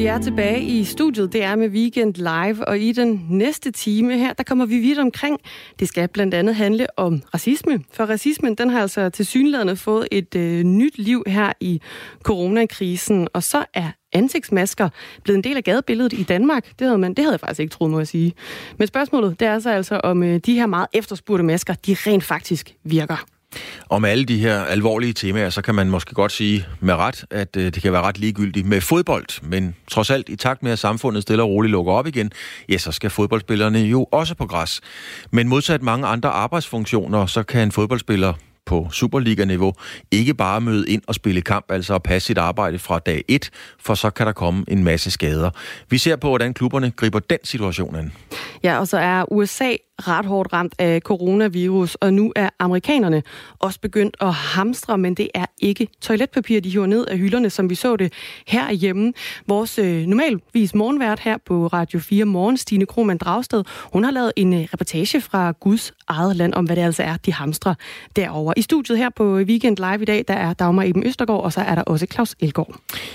Vi er tilbage i studiet, det er med Weekend Live, og i den næste time her, der kommer vi vidt omkring. Det skal blandt andet handle om racisme, for racismen, den har altså tilsyneladende fået et nyt liv her i coronakrisen, og så er ansigtsmasker blevet en del af gadebilledet i Danmark. Det havde jeg faktisk ikke troet, må jeg sige. Men spørgsmålet, det er så altså, om de her meget efterspurgte masker, de rent faktisk virker. Om alle de her alvorlige temaer, så kan man måske godt sige med ret, at det kan være ret ligegyldigt med fodbold. Men trods alt, i takt med at samfundet stille og roligt lukker op igen, ja, så skal fodboldspillerne jo også på græs. Men modsat mange andre arbejdsfunktioner, så kan en fodboldspiller på Superliga-niveau ikke bare møde ind og spille kamp, altså at passe sit arbejde fra dag 1, for så kan der komme en masse skader. Vi ser på, hvordan klubberne griber den situation an. Ja, og så er USA ret hårdt ramt af coronavirus, og nu er amerikanerne også begyndt at hamstre, men det er ikke toiletpapir, de hiver ned af hylderne, som vi så det herhjemme. Vores normalvis morgenvært her på Radio 4 Morgen, Stine Krohmann Dragsted, hun har lavet en reportage fra Guds eget land om, hvad det altså er, de hamstrer derovre. I studiet her på Weekend Live i dag, der er Dagmar Eben Østergaard, og så er der også Claus Elgaard.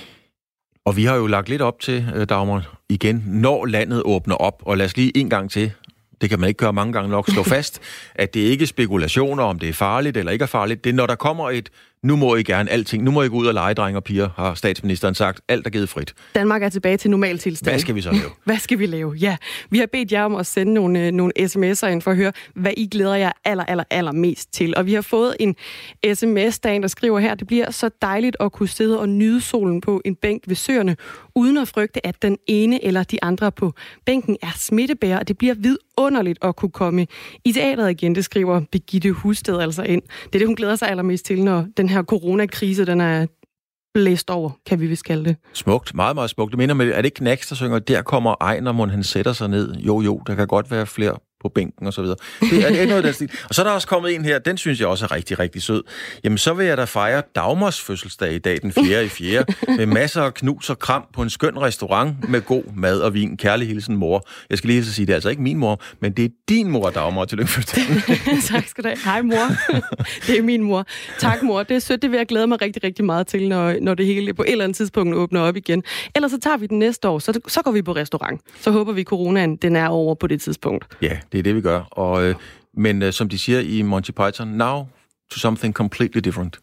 Og vi har jo lagt lidt op til, Dagmar, igen, når landet åbner op, og lad os lige en gang til, det kan man ikke gøre mange gange nok, slå fast, at det ikke er spekulationer, om det er farligt eller ikke er farligt. Det er, når der kommer et, nu må I gerne alting, nu må I gå ud og lege, drenge og piger, har statsministeren sagt. Alt er givet frit. Danmark er tilbage til normal tilstand. Hvad skal vi så lave? Hvad skal vi lave? Ja, vi har bedt jer om at sende nogle sms'er ind for at høre, hvad I glæder jer allermest til. Og vi har fået en sms, der skriver her, det bliver så dejligt at kunne sidde og nyde solen på en bænk ved søerne, uden at frygte, at den ene eller de andre på bænken er smittebærer, og det bliver vidunderligt at kunne komme i teateret igen, det skriver Birgitte Husted altså ind. Det er det, hun glæder sig allermest til, når den her coronakrise, den er blæst over, kan vi vist kalde det. Smukt, meget, meget smukt. Det mener med, er det ikke Knacks, der synger, der kommer Ejner, hvor han sætter sig ned? Jo, der kan godt være flere på bænken og så videre. Det er noget af den stil. Og så er der også kommet en her, den synes jeg også er rigtig, rigtig sød. Jamen, så vil jeg da fejre Dagmars fødselsdag i dag, den 4.4. med masser af knus og kram på en skøn restaurant med god mad og vin. Kærlig hilsen, mor. Jeg skal lige hilse at sige, det er altså ikke min mor, men det er din mor, Dagmar, til den fødselsdag. Tak skal du have. Hej, mor. Det er min mor. Tak, mor. Det er sødt, det vil jeg glæde mig rigtig, rigtig meget til, når det hele på et eller andet tidspunkt åbner op igen. Ellers så tager vi den næste år, så går vi på restaurant. Så håber vi, coronaen den er over på det tidspunkt. Ja, det er det, vi gør. Men som de siger i Monty Python, now to something completely different.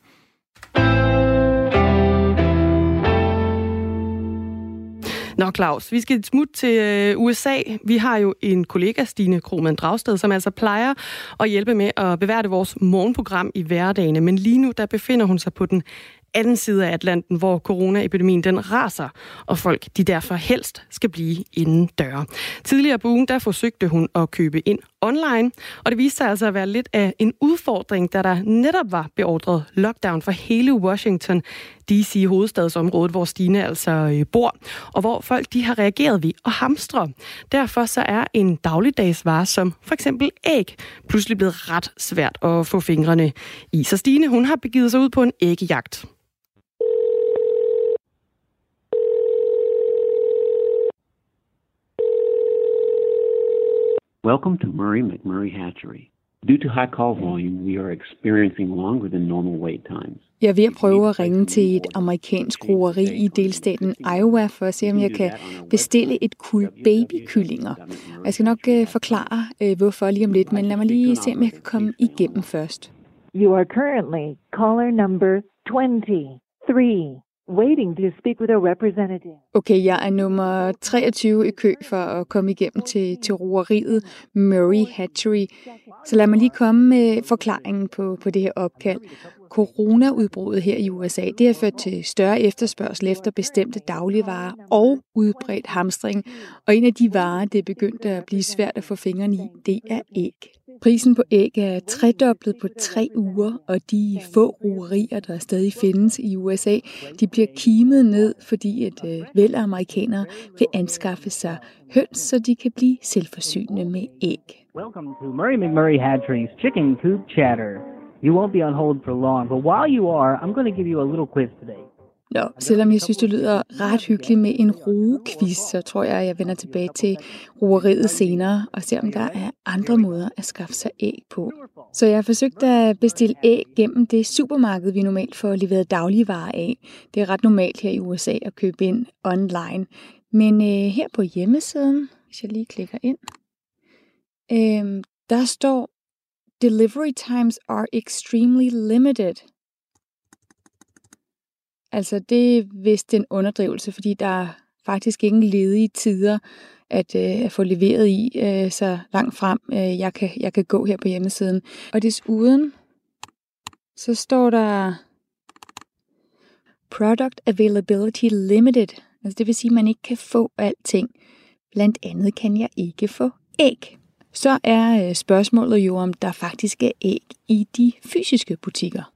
Nå, Claus, vi skal smutte til USA. Vi har jo en kollega, Stine Krohmann Dragsted, som altså plejer at hjælpe med at beværte vores morgenprogram i hverdagene. Men lige nu, der befinder hun sig på den anden side af Atlanten, hvor coronaepidemien den raser, og folk de derfor helst skal blive indendøre. Tidligere på ugen, der forsøgte hun at købe ind online, og det viste sig altså at være lidt af en udfordring, da der netop var beordret lockdown for hele Washington DC, hovedstadsområdet, hvor Stine altså bor, og hvor folk de har reageret ved at hamstre. Derfor så er en dagligdagsvare som for eksempel æg pludselig blevet ret svært at få fingrene i. Så Stine, hun har begivet sig ud på en æggejagt. Welcome to Murray McMurray Hatchery. Due to high call volume, we are experiencing longer than normal wait times. Jeg er ved at prøve at ringe til et amerikansk roeri i delstaten Iowa for at se, om jeg kan bestille et kuld babykyllinger. Jeg skal nok forklare, hvorfor lige om lidt, men lad mig lige se, om jeg kan komme igennem først. You are currently caller number 23. Waiting to speak with a representative. Okay, jeg er nummer 23 i kø for at komme igennem til roeriet Murray Hatchery. Så lad mig lige komme med forklaringen på det her opkald. Coronaudbruddet her i USA, det har ført til større efterspørgsel efter bestemte dagligvarer og udbredt hamstring. Og en af de varer, det er begyndt at blive svært at få fingrene i, det er æg. Prisen på æg er tredoblet på 3 uger, og de få roerier, der stadig findes i USA, de bliver kimet ned, fordi et væld af amerikanere vil anskaffe sig høns, så de kan blive selvforsynende med æg. Welcome to Murray McMurray Hatchery's Chicken Coop Chatter. You won't be on hold for long, but while you are, I'm going to give you a little quiz today. Nå, selvom jeg synes, det lyder ret hyggeligt med en roequiz, så tror jeg vender tilbage til roeriet senere og ser, om der er andre måder at skaffe sig æg på. Så jeg har forsøgt at bestille æg gennem det supermarked, vi normalt får leveret dagligvarer af. Det er ret normalt her i USA at købe ind online. Men her på hjemmesiden, hvis jeg lige klikker ind, der står, delivery times are extremely limited. Altså det er vist en underdrivelse, fordi der er faktisk ingen ledige tider at få leveret i så langt frem, jeg kan gå her på hjemmesiden. Og desuden, så står der product availability limited. Altså det vil sige, at man ikke kan få alting. Blandt andet kan jeg ikke få æg. Så er spørgsmålet jo, om der faktisk er æg i de fysiske butikker.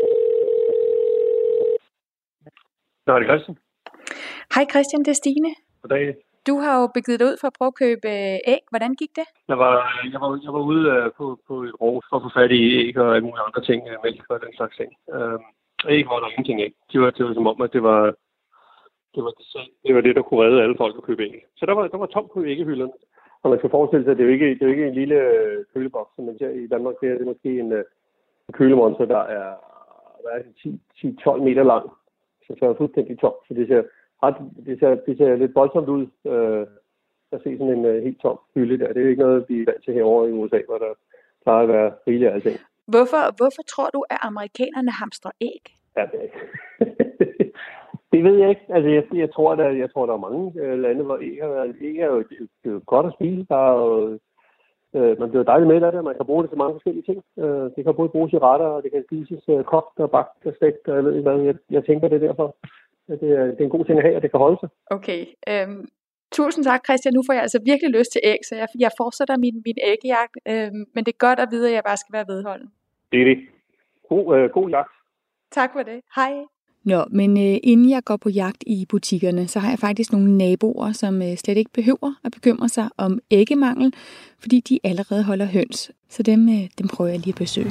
Nå, det er Christian. Hej Christian, det er Stine. Goddag. Du har jo begivet dig ud for at prøve at købe æg. Hvordan gik det? Jeg var ude på et råd for at få fat i æg og alle mulige andre ting, mælk og den slags ting. Æg var der ingenting af. Det var som om, at det var det, der kunne redde alle folk at købe æg. Så der var tomt på æggehylderne. Og man skal forestille sig, at det er jo ikke en lille køleboks, som man ser i Danmark. Det er måske en kølemonster, der er 10-12 meter lang. Så det er fuldstændig tom. Så det ser lidt voldsomt ud at se sådan en helt tom hylde der. Det er ikke noget, vi er vant til herovre i USA, hvor der plejer at være rigeligt af alting. Hvorfor tror du, at amerikanerne hamstrer æg? Ja, det ved jeg ikke. Altså, jeg tror, der er mange lande, hvor æg er jo godt at spise. Man bliver dejligt med af det, man kan bruge det til mange forskellige ting. Det kan både bruges i retter, og det kan spises kogt og bagt og stegt, og jeg ved ikke hvad. Jeg tænker det derfor. Det er en god ting at have, og det kan holde sig. Okay. Tusind tak, Christian. Nu får jeg altså virkelig lyst til æg, så jeg fortsætter min æggejagt. Men det er godt at vide, at jeg bare skal være vedholden. Det er det. God jagt. Tak for det. Hej. Nå, men inden jeg går på jagt i butikkerne, så har jeg faktisk nogle naboer, som slet ikke behøver at bekymre sig om æggemangel, fordi de allerede holder høns. Så dem prøver jeg lige at besøge.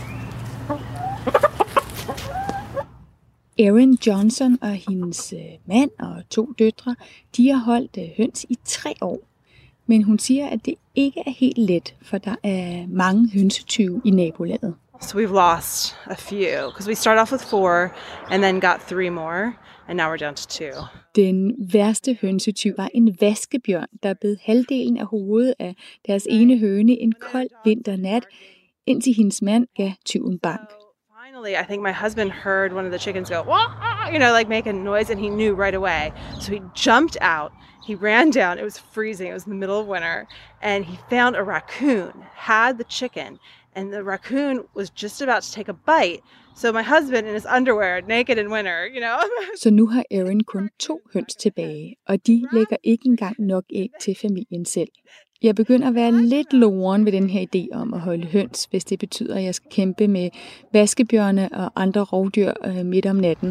Erin Johnson og hendes mand og 2 døtre, de har holdt høns i 3 år. Men hun siger, at det ikke er helt let, for der er mange hønsetyve i nabolaget. So we've lost a few, because we started off with 4 and then got 3 more, and now we're down to 2. Den værste hønsetyv var en vaskebjørn, der bed halvdelen af hovedet af deres ene høne en kold vinternat, indtil hendes mand gav tyven bank. Finally, I think my husband heard one of the chickens go, wah! Like make a noise, and he knew right away. So he jumped out. He ran down. It was freezing. It was in the middle of winter. And he found a raccoon, had the chicken, and the raccoon was just about to take a bite. So my husband in his underwear, naked in winter, Så nu har Erin kun 2 høns tilbage, og de lægger ikke engang nok æg til familien selv. Jeg begynder at være lidt loren ved den her idé om at holde høns, hvis det betyder, at jeg skal kæmpe med vaskebjørne og andre rovdyr midt om natten.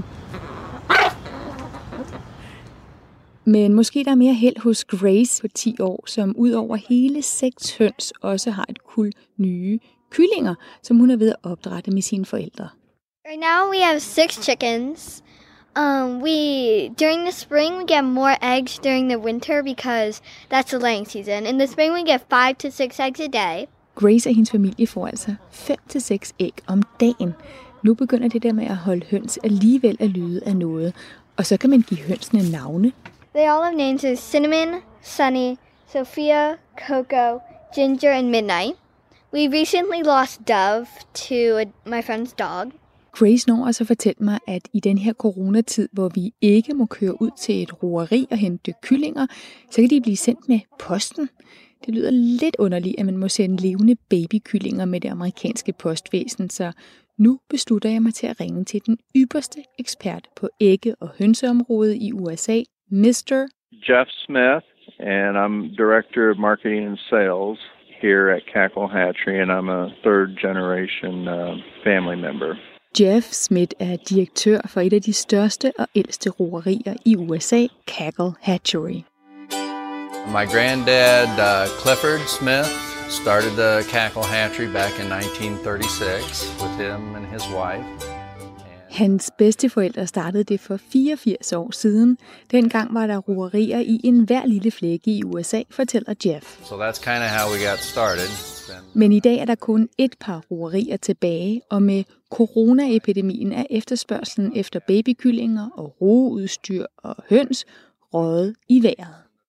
Men måske der er mere held hos Grace på 10 år, som ud over hele 6 høns også har et kuld nye kyllinger, som hun er ved at opdrætte med sine forældre. Right now we have 6 chickens. During the spring we get more eggs during the winter because that's the laying season. In the spring we get 5 to 6 eggs a day. Grace og hendes familie får altså 5 til 6 æg om dagen. Nu begynder det der med at holde høns alligevel at lyde af noget. Og så kan man give hønsene navne. They all have names as Cinnamon, Sunny, Sophia, Coco, Ginger and Midnight. We recently lost Dove to my friend's dog. Grace når også at fortælle mig, at i den her coronatid, hvor vi ikke må køre ud til et rugeri og hente kyllinger, så kan de blive sendt med posten. Det lyder lidt underligt, at man må sende levende babykyllinger med det amerikanske postvæsen, så nu beslutter jeg mig til at ringe til den ypperste ekspert på ægge- og hønseområdet i USA, Mr. Jeff Smith, and I'm Director of Marketing and Sales here at Cackle Hatchery, and I'm a 3rd generation family member. Jeff Smith er direktør for et af de største og ældste rugerier i USA, Cackle Hatchery. My granddad, Clifford Smith, started the Cackle Hatchery back in 1936 with him and his wife. Hans bedsteforældre startede det for 84 år siden. Dengang var der rugerier i enhver lille flække i USA, fortæller Jeff. So that's kind of how we got started. Men i dag er der kun et par rugerier tilbage, og med coronaepidemien er efterspørgselen efter babykyllinger og rugeudstyr og høns røget i vejret.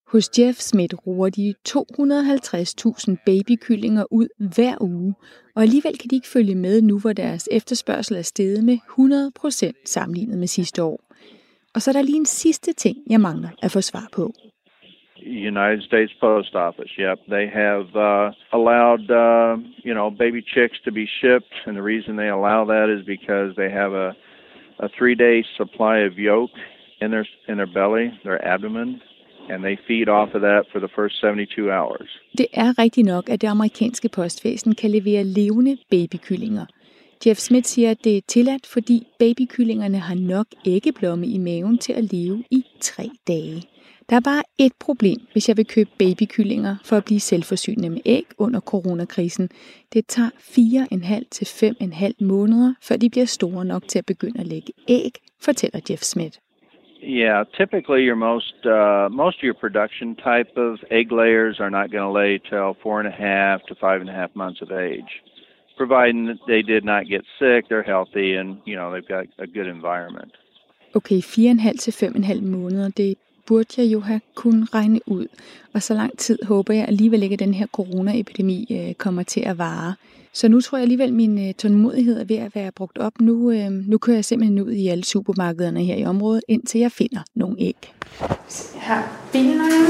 Hos Jeff Smith ruger de 250.000 babykyllinger ud hver uge, og alligevel kan de ikke følge med nu, hvor deres efterspørgsel er steget med 100% sammenlignet med sidste år. Og så er der lige en sidste ting, jeg mangler at få svar på. United States Post Office, yep. They have allowed, baby chicks to be shipped, and the reason they allow that is because they have a 3-day supply of yolk in their belly, their abdomen, and they feed off of that for the first 72 hours. Det er rigtigt nok, at det amerikanske postvæsen kan levere levende babykyllinger. Jeff Smith siger, at det er tilladt, fordi babykyllingerne har nok æggeblomme i maven til at leve i 3 dage. Der er bare et problem, hvis jeg vil købe babykyllinger for at blive selvforsynende med æg under coronakrisen. Det tager 4,5 til 5,5 måneder, før de bliver store nok til at begynde at lægge æg, fortæller Jeff Smith. Yeah, typically most of your production type of egg layers are not going to lay till 4.5 to 5.5 months of age. Providing that they did not get sick, they're healthy, and they've got a good environment. Okay, 4,5 til 5,5 måneder, det burde jeg jo have kunnet regne ud. Og så lang tid håber jeg alligevel ikke, at den her coronaepidemi kommer til at vare. Så nu tror jeg alligevel, at min tålmodighed er ved at være brugt op. Nu kører jeg simpelthen ud i alle supermarkederne her i området, indtil jeg finder nogle æg. Her bilerne.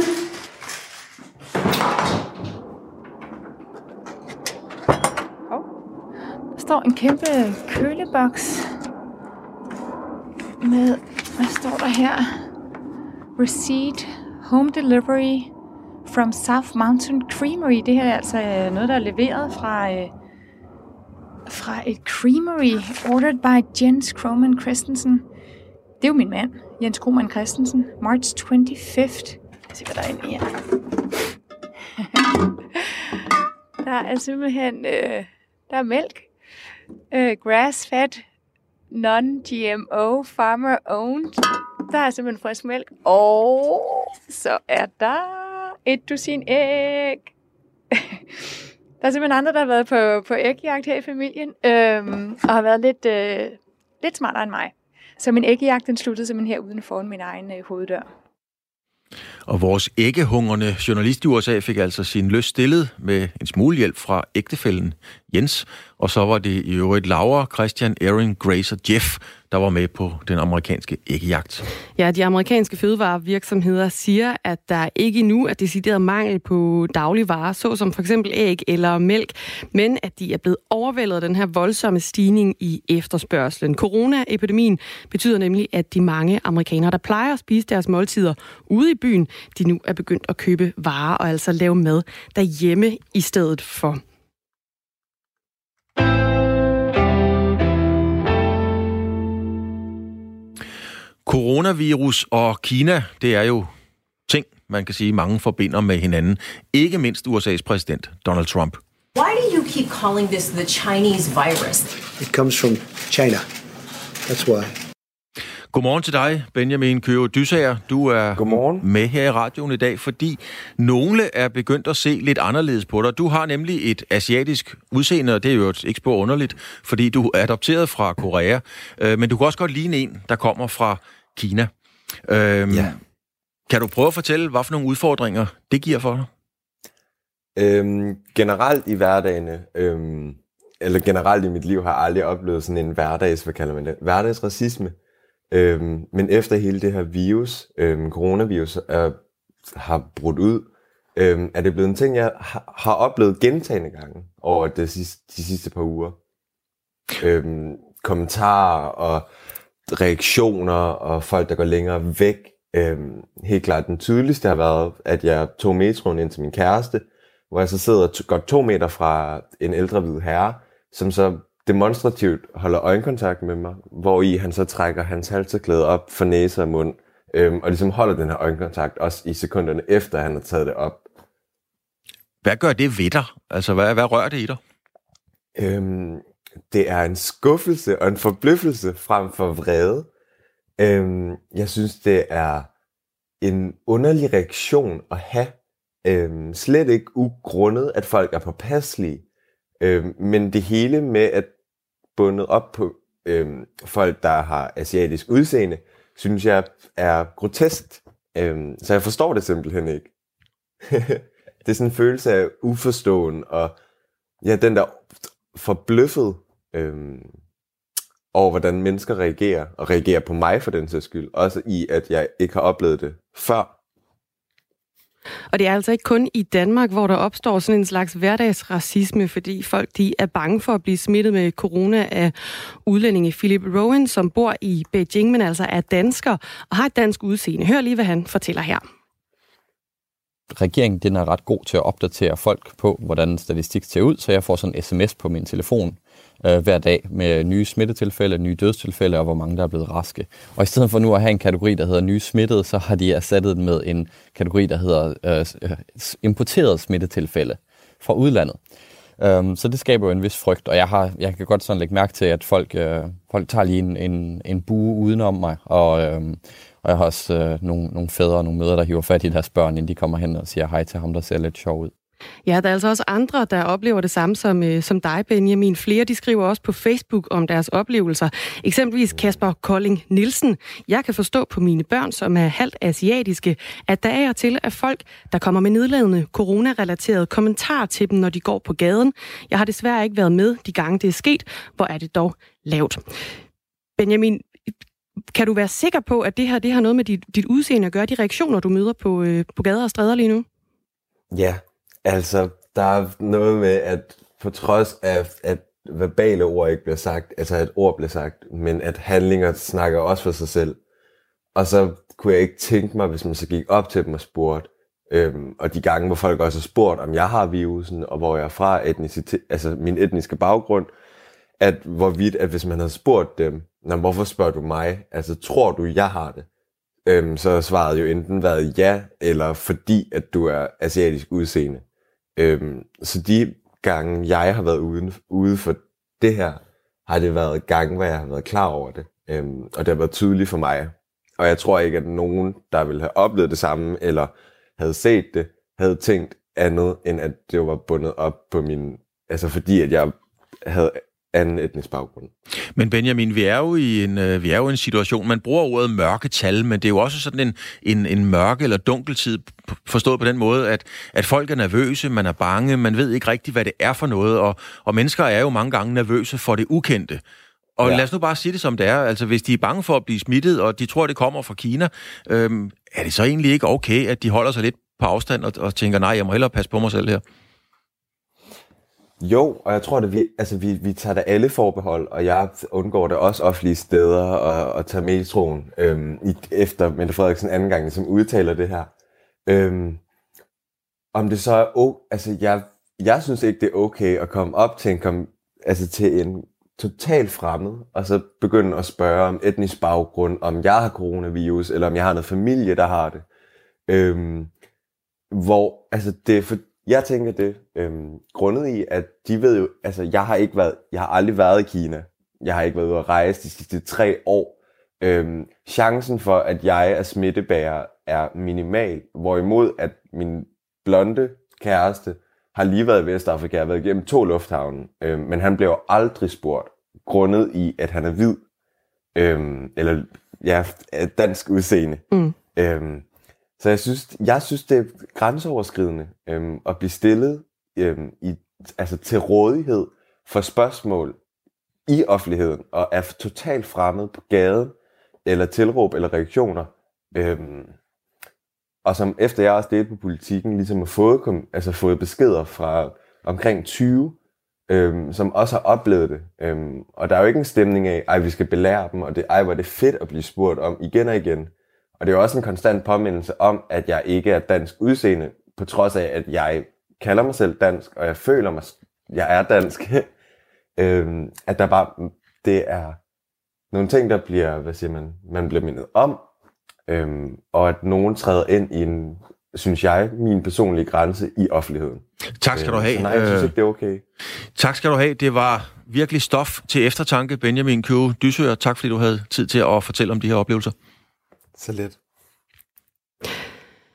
Der står en kæmpe køleboks med, hvad står der her? Receipt, home delivery from South Mountain Creamery. Det her er altså noget, der er leveret fra et creamery, ordered by Jens Kroman Christensen. Det er jo min mand, Jens Kroman Christensen. March 25th. Jeg se, hvad der er inde her. Der er simpelthen, der er mælk, grass-fed, non-GMO, farmer-owned. Der er simpelthen frisk mælk. Og så er der 1 dusin æg. Der er simpelthen andre, der har været på ægjagt her i familien, og har været lidt smartere end mig. Så min ægjagt, den sluttede simpelthen her uden foran min egen hoveddør. Og vores æggehungrende journalist i USA fik altså sin lyst stillet med en smule hjælp fra ægtefællen Jens. Og så var det i øvrigt Laura, Christian, Erin, Grace og Jeff, der var med på den amerikanske æggejagt. Ja, de amerikanske fødevarevirksomheder siger, at der ikke endnu er decideret mangel på dagligvarer, såsom for eksempel æg eller mælk, men at de er blevet overvældet af den her voldsomme stigning i efterspørgselen. Coronaepidemien betyder nemlig, at de mange amerikanere, der plejer at spise deres måltider ude i byen, de nu er begyndt at købe varer og altså lave mad derhjemme i stedet for. Coronavirus og Kina, det er jo ting, man kan sige, mange forbinder med hinanden. Ikke mindst USA's præsident, Donald Trump. Why do you keep calling this the Chinese virus? It comes from China. That's why. Godmorgen til dig, Benjamin Køge Dysager. Du er med her i radioen i dag, fordi nogle er begyndt at se lidt anderledes på dig. Du har nemlig et asiatisk udseende, og det er jo ikke spor underligt, fordi du er adopteret fra Korea. Men du kan også godt ligne en, der kommer fra Kina. Ja. Kan du prøve at fortælle, hvad for nogle udfordringer det giver for dig? Generelt i hverdagen, eller generelt i mit liv, har jeg aldrig oplevet sådan en hverdagsracisme. Men efter hele det her virus, coronavirus, har brudt ud, er det blevet en ting, jeg har oplevet gentagne gange over de sidste par uger. Kommentarer og reaktioner og folk, der går længere væk. Helt klart den tydeligste har været, at jeg tog metroen ind til min kæreste, hvor jeg så sidder godt 2 meter fra en ældre hvid herre, som så demonstrativt holder øjenkontakt med mig, hvori han så trækker hans halserklæde op for næse og mund, og ligesom holder den her øjenkontakt også i sekunderne efter, han har taget det op. Hvad gør det ved dig? Altså, hvad rører det i dig? Det er en skuffelse og en forbløffelse frem for vrede. Jeg synes, det er en underlig reaktion at have. Slet ikke ugrundet, at folk er påpasselige. Men det hele med at bundet op på folk, der har asiatisk udseende, synes jeg er groteskt. Så jeg forstår det simpelthen ikke. Det er sådan en følelse af uforstående, og ja, den der forbløffet over, hvordan mennesker reagerer, og reagerer på mig for den sags skyld. Også i, at jeg ikke har oplevet det før. Og det er altså ikke kun i Danmark, hvor der opstår sådan en slags hverdagsracisme, fordi folk de er bange for at blive smittet med corona af udlændinge. Philip Rowan, som bor i Beijing, men altså er dansker og har et dansk udseende. Hør lige, hvad han fortæller her. Regeringen den er ret god til at opdatere folk på, hvordan statistik ser ud, så jeg får sådan en sms på min telefon hver dag med nye smittetilfælde, nye dødstilfælde og hvor mange der er blevet raske. Og i stedet for nu at have en kategori, der hedder nye smittede, så har de erstattet den med en kategori, der hedder importerede smittetilfælde fra udlandet. Så det skaber jo en vis frygt, og jeg kan godt sådan lægge mærke til, at folk tager lige en bue udenom mig, og jeg har også nogle fædre og nogle mødre, der hiver fat i deres børn, inden de kommer hen og siger hej til ham, der ser lidt sjov ud. Ja, der er altså også andre, der oplever det samme som dig, Benjamin. Flere, de skriver også på Facebook om deres oplevelser. Eksempelvis Kasper Kolding Nielsen. Jeg kan forstå på mine børn, som er halvt asiatiske, at der er til, at folk, der kommer med nedladende corona-relaterede kommentarer til dem, når de går på gaden. Jeg har desværre ikke været med de gange, det er sket. Hvor er det dog lavt. Benjamin, kan du være sikker på, at det her har noget med dit udseende at gøre, de reaktioner, du møder på gader og stræder lige nu? Ja, altså der er noget med, at på trods af, at verbale ord ikke bliver sagt, altså at ord bliver sagt, men at handlinger snakker også for sig selv. Og så kunne jeg ikke tænke mig, hvis man så gik op til dem og spurgte, og de gange, hvor folk også har spurgt, om jeg har virusen, og hvor jeg er fra, altså min etniske baggrund, at hvorvidt, at hvis man havde spurgt dem, hvorfor spørger du mig? Altså, tror du, jeg har det? Så har svaret jo enten været ja, eller fordi, at du er asiatisk udseende. Så de gange, jeg har været ude for det her, har det været gange, hvor jeg har været klar over det. Og det har været tydeligt for mig. Og jeg tror ikke, at nogen, der ville have oplevet det samme, eller havde set det, havde tænkt andet, end at det var bundet op på altså fordi, at jeg havde anden etnisk baggrund. Men Benjamin, vi er jo i en situation, man bruger ordet mørketal, men det er jo også sådan en mørke eller dunkeltid, forstået på den måde, at folk er nervøse, man er bange, man ved ikke rigtigt, hvad det er for noget, og mennesker er jo mange gange nervøse for det ukendte. Og lad os nu bare sige det som det er, altså hvis de er bange for at blive smittet, og de tror, det kommer fra Kina, er det så egentlig ikke okay, at de holder sig lidt på afstand og tænker, nej, jeg må hellere passe på mig selv her? Jo, og jeg tror, at vi tager da alle forbehold, og jeg undgår det også offentlige steder og tager metroen efter Mette Frederiksen anden gang, som udtaler det her. Om det så er jeg synes ikke, det er okay at komme op til en total fremmed, og så begynde at spørge om etnisk baggrund, om jeg har coronavirus, eller om jeg har noget familie, der har det. Jeg tænker det, grundet i, at de ved jo, altså jeg har aldrig været i Kina. Jeg har ikke været ude at rejse de sidste 3 år. Chancen for, at jeg er smittebærer, er minimal. Hvorimod, at min blonde kæreste har lige været i Vestafrika, har været igennem 2 lufthavne. Men han blev aldrig spurgt, grundet i, at han er hvid. Dansk udseende. Så jeg synes, det er grænseoverskridende at blive stillet til rådighed for spørgsmål i offentligheden, og er totalt fremmed på gaden, eller tilråb eller reaktioner. Og som efter jeg også delte på Politikken, ligesom har fået beskeder fra omkring 20, som også har oplevet det. Og der er jo ikke en stemning af, vi skal belære dem, og hvor er det fedt at blive spurgt om igen og igen. Og det er jo også en konstant påmindelse om, at jeg ikke er dansk udseende, på trods af, at jeg kalder mig selv dansk, og jeg føler mig, jeg er dansk. At der bare, det er nogle ting, der bliver, man bliver mindet om, og at nogen træder ind i min personlige grænse i offentligheden. Tak skal du have. Nej, jeg synes ikke, det er okay. Tak skal du have. Det var virkelig stof til eftertanke, Benjamin Køge Dysør. Tak fordi du havde tid til at fortælle om de her oplevelser. Så let.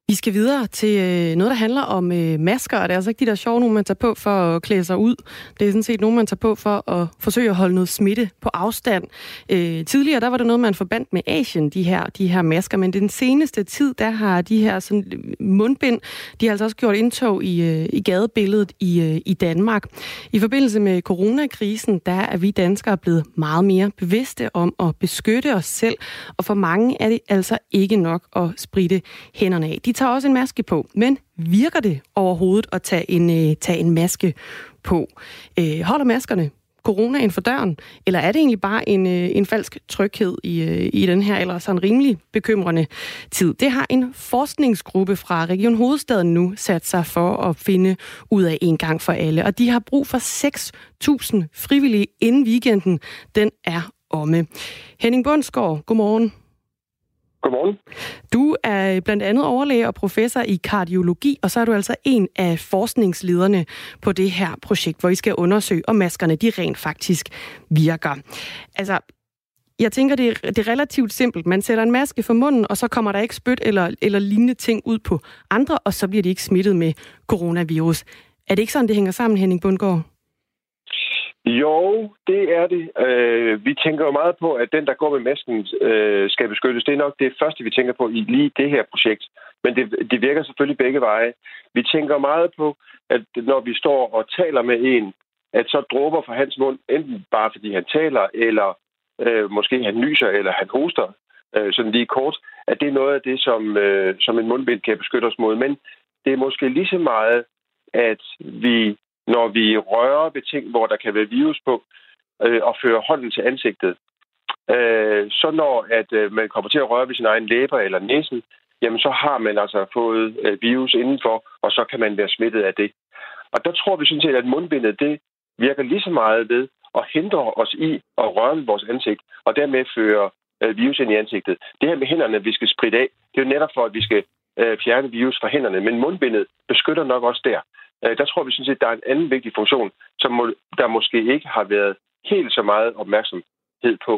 Vi skal videre til noget, der handler om masker, og det er altså ikke de der sjove nogle, man tager på for at klæde sig ud. Det er sådan set nogle, man tager på for at forsøge at holde noget smitte på afstand. Tidligere, der var det noget, man forbandt med Asien, de her masker, men den seneste tid, der har de her sådan, mundbind, de har altså også gjort indtog i gadebilledet i Danmark. I forbindelse med coronakrisen, der er vi danskere blevet meget mere bevidste om at beskytte os selv, og for mange er det altså ikke nok at spritte hænderne af. De tager også en maske på, men virker det overhovedet at tage en maske på? Holder maskerne coronaen for døren, eller er det egentlig bare en falsk tryghed i den her ellers sådan rimelig bekymrende tid? Det har en forskningsgruppe fra Region Hovedstaden nu sat sig for at finde ud af en gang for alle, og de har brug for 6.000 frivillige inden weekenden. Den er omme. Henning Bundsgaard, godmorgen. Godmorgen. Du er blandt andet overlæge og professor i kardiologi, og så er du altså en af forskningslederne på det her projekt, hvor I skal undersøge, om maskerne de rent faktisk virker. Altså, jeg tænker, det er relativt simpelt. Man sætter en maske for munden, og så kommer der ikke spyt eller lignende ting ud på andre, og så bliver de ikke smittet med coronavirus. Er det ikke sådan, det hænger sammen, Henning Bundsgaard? Jo, det er det. Vi tænker jo meget på, at den, der går med masken, skal beskyttes. Det er nok det første, vi tænker på i lige det her projekt. Men det virker selvfølgelig begge veje. Vi tænker meget på, at når vi står og taler med en, at så dråber fra hans mund, enten bare fordi han taler, eller måske han nyser, eller han hoster, sådan lige kort, at det er noget af det, som en mundbind kan beskytte os mod. Men det er måske lige så meget, at vi, når vi rører ved ting, hvor der kan være virus på, og fører hånden til ansigtet, så når at man kommer til at røre ved sin egen læber eller næsen, jamen så har man altså fået virus indenfor, og så kan man være smittet af det. Og der tror vi sådan set, at mundbindet det virker lige så meget ved at hindre os i at røre ved vores ansigt, og dermed føre virus ind i ansigtet. Det her med hænderne, vi skal spritte af, det er jo netop for, at vi skal fjerne virus fra hænderne, men mundbindet beskytter nok også der. Der tror vi sådan set, at der er en anden vigtig funktion, som der måske ikke har været helt så meget opmærksomhed på.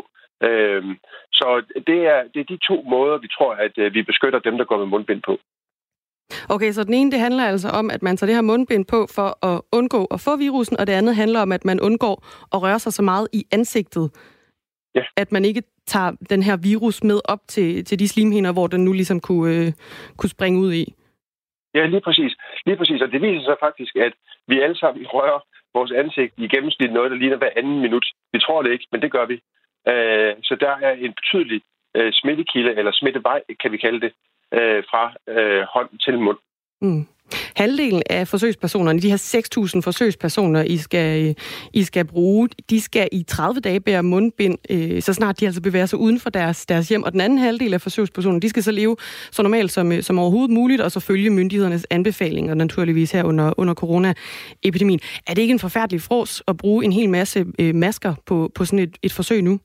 Så det er de to måder, vi tror, at vi beskytter dem, der går med mundbind på. Okay, så den ene, det handler altså om, at man tager det her mundbind på for at undgå at få virusen, og det andet handler om, at man undgår at røre sig så meget i ansigtet, ja, at man ikke tager den her virus med op til de slimhinder, hvor den nu ligesom kunne springe ud i. Ja, lige præcis. Og det viser sig faktisk, at vi alle sammen rører vores ansigt i gennemsnit noget, der ligner hver anden minut. Vi tror det ikke, men det gør vi. Så der er en betydelig smittekilde, eller smittevej, kan vi kalde det, fra hånd til mund. Mm. Halvdelen af forsøgspersonerne, de her 6.000 forsøgspersoner, I skal bruge, de skal i 30 dage bære mundbind, så snart de altså bevæger sig uden for deres hjem. Og den anden halvdel af forsøgspersonerne, de skal så leve så normalt som overhovedet muligt, og så følge myndighedernes anbefalinger, naturligvis her under coronaepidemien. Er det ikke en forfærdelig frås at bruge en hel masse masker på sådan et forsøg nu?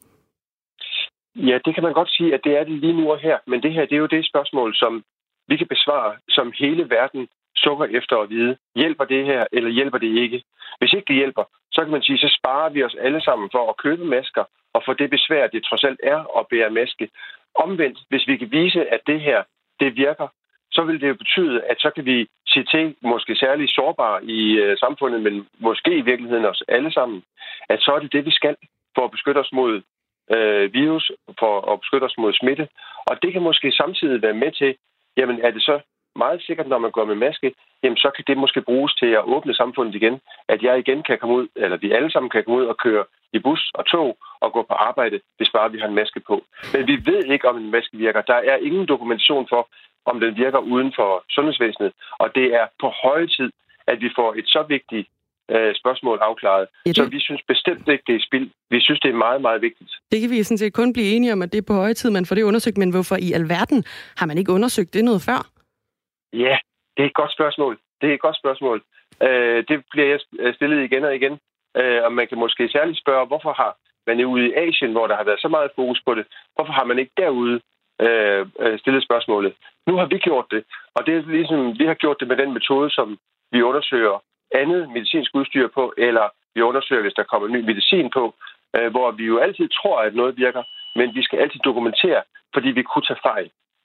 Ja, det kan man godt sige, at det er det lige nu og her. Men det her, det er jo det spørgsmål, som vi kan besvare, som hele verden sukker efter at vide. Hjælper det her, eller hjælper det ikke? Hvis ikke det hjælper, så kan man sige, så sparer vi os alle sammen for at købe masker, og for det besvær, det trods alt er at bære maske. Omvendt, hvis vi kan vise, at det her, det virker, så vil det jo betyde, at så kan vi sige til, måske særligt sårbare i samfundet, men måske i virkeligheden os alle sammen, at så er det vi skal for at beskytte os mod virus, for at beskytte os mod smitte. Og det kan måske samtidig være med til, jamen er det så meget sikkert, når man går med maske, jamen så kan det måske bruges til at åbne samfundet igen. At jeg igen kan komme ud, eller vi alle sammen kan komme ud og køre i bus og tog og gå på arbejde, hvis bare vi har en maske på. Men vi ved ikke, om en maske virker. Der er ingen dokumentation for, om den virker uden for sundhedsvæsenet. Og det er på høje tid, at vi får et så vigtigt spørgsmål afklaret. Ja, det... Så vi synes bestemt ikke, det er spild. Vi synes, det er meget, meget vigtigt. Det kan vi sådan set kun blive enige om, at det er på høje tid, man får det undersøgt. Men hvorfor i alverden har man ikke undersøgt det noget før? Ja, det er et godt spørgsmål. Det bliver jeg stillet igen og igen. Og man kan måske særligt spørge, hvorfor har man ude i Asien, hvor der har været så meget fokus på det, hvorfor har man ikke derude stillet spørgsmålet? Nu har vi gjort det, og det er ligesom, vi har gjort det med den metode, som vi undersøger andet medicinsk udstyr på, eller vi undersøger, hvis der kommer ny medicin på, hvor vi jo altid tror, at noget virker, men vi skal altid dokumentere, fordi vi kunne tage fejl.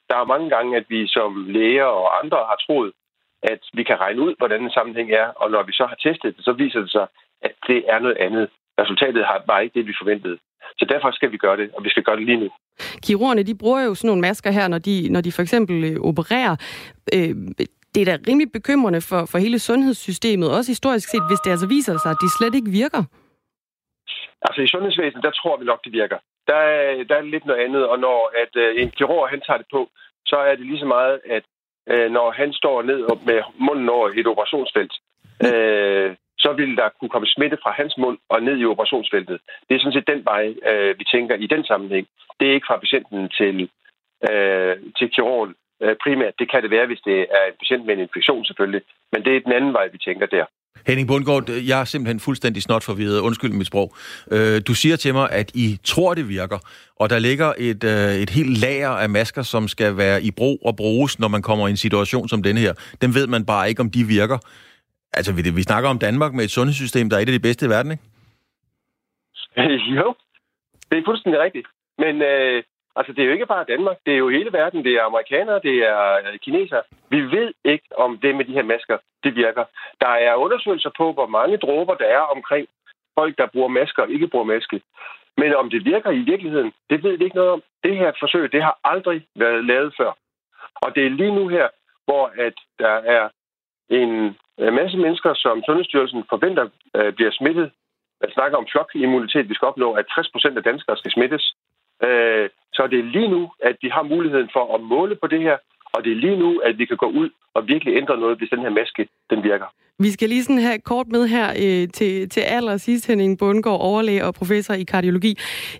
Der er mange gange, at vi som læger og andre har troet, at vi kan regne ud, hvordan en sammenhæng er, og når vi så har testet det, så viser det sig, at det er noget andet. Resultatet var ikke det, vi forventede. Så derfor skal vi gøre det, og vi skal gøre det lige nu. Kirurgerne, de bruger jo sådan nogle masker her, når de for eksempel opererer. Det er da rimelig bekymrende for hele sundhedssystemet, også historisk set, hvis det altså viser sig, at de slet ikke virker. Altså i sundhedsvæsenet, der tror vi nok, det virker. Der er lidt noget andet, og når en kirurg, han tager det på, så er det lige så meget, at når han står ned med munden over et operationsfelt, så vil der kunne komme smitte fra hans mund og ned i operationsfeltet. Det er sådan set den vej, vi tænker i den sammenhæng. Det er ikke fra patienten til kirurgen primært. Det kan det være, hvis det er en patient med en infektion selvfølgelig, men det er den anden vej, vi tænker der. Henning Bundgaard, jeg er simpelthen fuldstændig snotforvirret. Undskyld mit sprog. Du siger til mig, at I tror, det virker, og der ligger et helt lager af masker, som skal være i brug og bruges, når man kommer i en situation som denne her. Dem ved man bare ikke, om de virker. Altså, vi snakker om Danmark med et sundhedssystem, der er et af de bedste i verden, ikke? Jo, det er fuldstændig rigtigt. Men altså, det er jo ikke bare Danmark. Det er jo hele verden. Det er amerikanere, det er kinesere. Vi ved ikke, om det med de her masker, det virker. Der er undersøgelser på, hvor mange dråber der er omkring folk, der bruger masker og ikke bruger maske. Men om det virker i virkeligheden, det ved vi ikke noget om. Det her forsøg, det har aldrig været lavet før. Og det er lige nu her, hvor at der er en masse mennesker, som Sundhedsstyrelsen forventer bliver smittet. Man snakker om flokimmunitet. Vi skal opnå, at 60% af danskere skal smittes. Så det er lige nu, at vi har muligheden for at måle på det her, og det er lige nu, at vi kan gå ud og virkelig ændre noget, hvis den her maske, den virker. Vi skal lige sådan have kort med her til allersidst, Henning Bundgaard, overlæge og professor i kardiologi.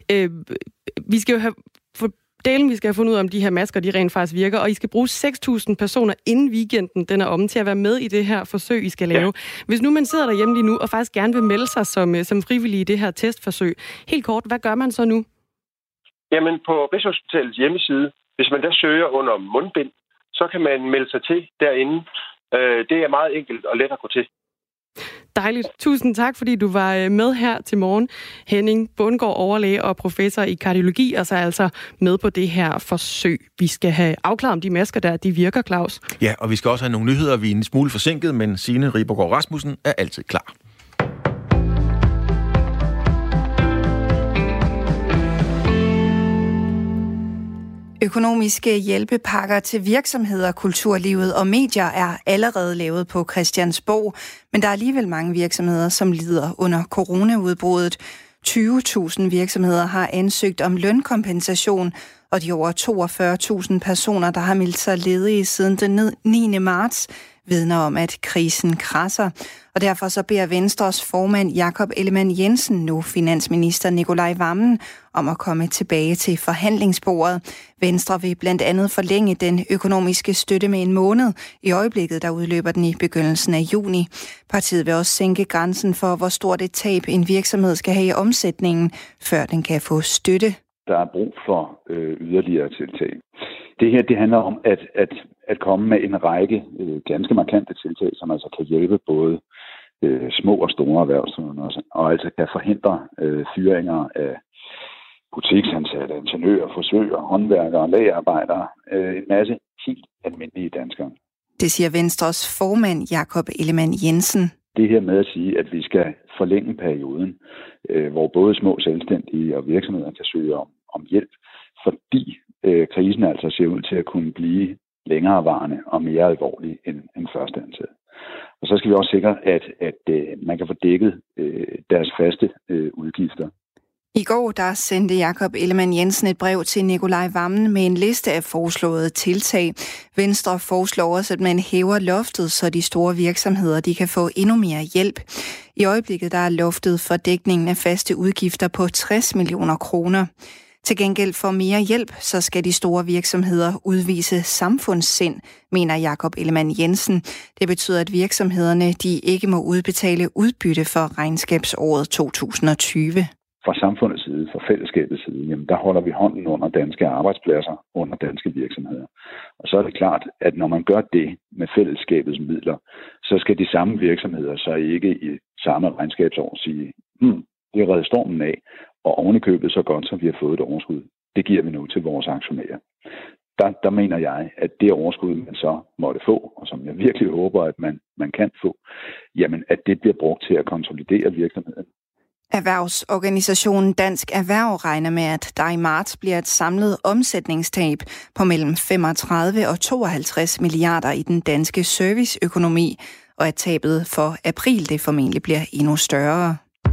Vi skal jo have vi skal have fundet ud af, om de her masker, de rent faktisk virker, og I skal bruge 6.000 personer inden weekenden, den er om, til at være med i det her forsøg, I skal lave. Ja. Hvis nu man sidder derhjemme lige nu, og faktisk gerne vil melde sig som frivillig i det her testforsøg, helt kort, hvad gør man så nu? Jamen, på Rigshospitalets hjemmeside, hvis man der søger under mundbind, så kan man melde sig til derinde. Det er meget enkelt og let at gå til. Dejligt. Tusind tak, fordi du var med her til morgen. Henning Bundgaard, overlæge og professor i kardiologi, og så altså med på det her forsøg. Vi skal have afklaret, om de masker der, de virker, Claus. Ja, og vi skal også have nogle nyheder. Vi er en smule forsinket, men Signe Ribergaard Rasmussen er altid klar. Økonomiske hjælpepakker til virksomheder, kulturlivet og medier er allerede lavet på Christiansborg, men der er alligevel mange virksomheder, som lider under coronaudbruddet. 20.000 virksomheder har ansøgt om lønkompensation, og de over 42.000 personer, der har meldt sig ledige siden den 9. marts, vidner om, at krisen krasser. Og derfor så beder Venstres formand Jakob Ellemann-Jensen nu finansminister Nicolai Wammen om at komme tilbage til forhandlingsbordet. Venstre vil blandt andet forlænge den økonomiske støtte med en måned. I øjeblikket der udløber den i begyndelsen af juni. Partiet vil også sænke grænsen for, hvor stort et tab en virksomhed skal have i omsætningen, før den kan få støtte. Der er brug for yderligere tiltag. Det her, det handler om at komme med en række ganske markante tiltag, som altså kan hjælpe både små og store erhvervsdrivende, og altså kan forhindre fyringer af butiksansatte, ingeniører, frisører, håndværkere, lagerarbejdere, en masse helt almindelige danskere. Det siger Venstres formand Jakob Ellemann-Jensen. Det her med at sige, at vi skal forlænge perioden, hvor både små selvstændige og virksomheder kan søge om hjælp, fordi krisen altså ser ud til at kunne blive længerevarende og mere alvorlig end først antaget. Og så skal vi også sikre, at man kan få dækket deres faste udgifter. I går der sendte Jakob Ellemann-Jensen et brev til Nicolai Wammen med en liste af foreslåede tiltag. Venstre foreslår også, at man hæver loftet, så de store virksomheder de kan få endnu mere hjælp. I øjeblikket der er loftet for dækningen af faste udgifter på 60 millioner kroner. Til gengæld for mere hjælp, så skal de store virksomheder udvise samfundssind, mener Jakob Ellemann-Jensen. Det betyder, at virksomhederne de ikke må udbetale udbytte for regnskabsåret 2020. Fra samfundets side, fra fællesskabets side, jamen der holder vi hånden under danske arbejdspladser, under danske virksomheder. Og så er det klart, at når man gør det med fællesskabets midler, så skal de samme virksomheder så ikke i samme regnskabsår sige, det er reddet stormen af, og ovenikøbet så godt, som vi har fået et overskud. Det giver vi nu til vores aktionærer. der mener jeg, at det overskud, man så måtte få, og som jeg virkelig håber, at man kan få, jamen at det bliver brugt til at konsolidere virksomheden. Erhvervsorganisationen Dansk Erhverv regner med, at der i marts bliver et samlet omsætningstab på mellem 35 og 52 milliarder i den danske serviceøkonomi, og at tabet for april det formentlig bliver endnu større.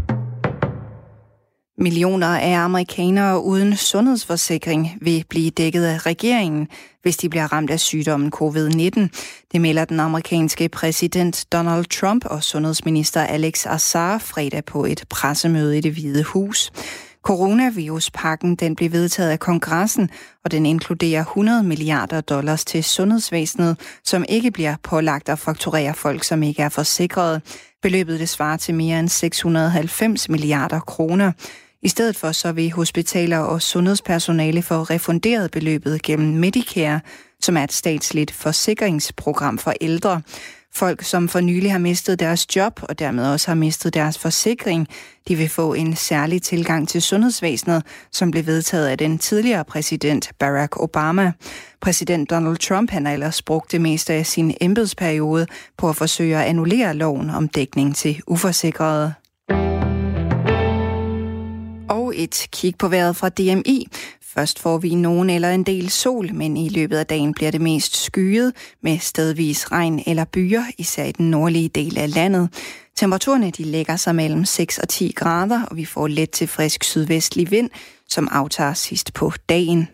Millioner af amerikanere uden sundhedsforsikring vil blive dækket af regeringen, hvis de bliver ramt af sygdommen covid-19. Det melder den amerikanske præsident Donald Trump og sundhedsminister Alex Azar fredag på et pressemøde i Det Hvide Hus. Coronaviruspakken den blev vedtaget af Kongressen, og den inkluderer $100 milliarder til sundhedsvæsenet, som ikke bliver pålagt at fakturere folk, som ikke er forsikrede. Beløbet det svarer til mere end 690 milliarder kroner. I stedet for så vil hospitaler og sundhedspersonale få refunderet beløbet gennem Medicare, som er et statsligt forsikringsprogram for ældre. Folk, som for nylig har mistet deres job og dermed også har mistet deres forsikring, de vil få en særlig tilgang til sundhedsvæsenet, som blev vedtaget af den tidligere præsident Barack Obama. Præsident Donald Trump han har ellers brugt det meste af sin embedsperiode på at forsøge at annullere loven om dækning til uforsikrede. Og et kig på vejret fra DMI. Først får vi nogen eller en del sol, men i løbet af dagen bliver det mest skyet med stedvis regn eller byer, især i den nordlige del af landet. Temperaturerne de lægger sig mellem 6 og 10 grader, og vi får let til frisk sydvestlig vind, som aftager sidst på dagen.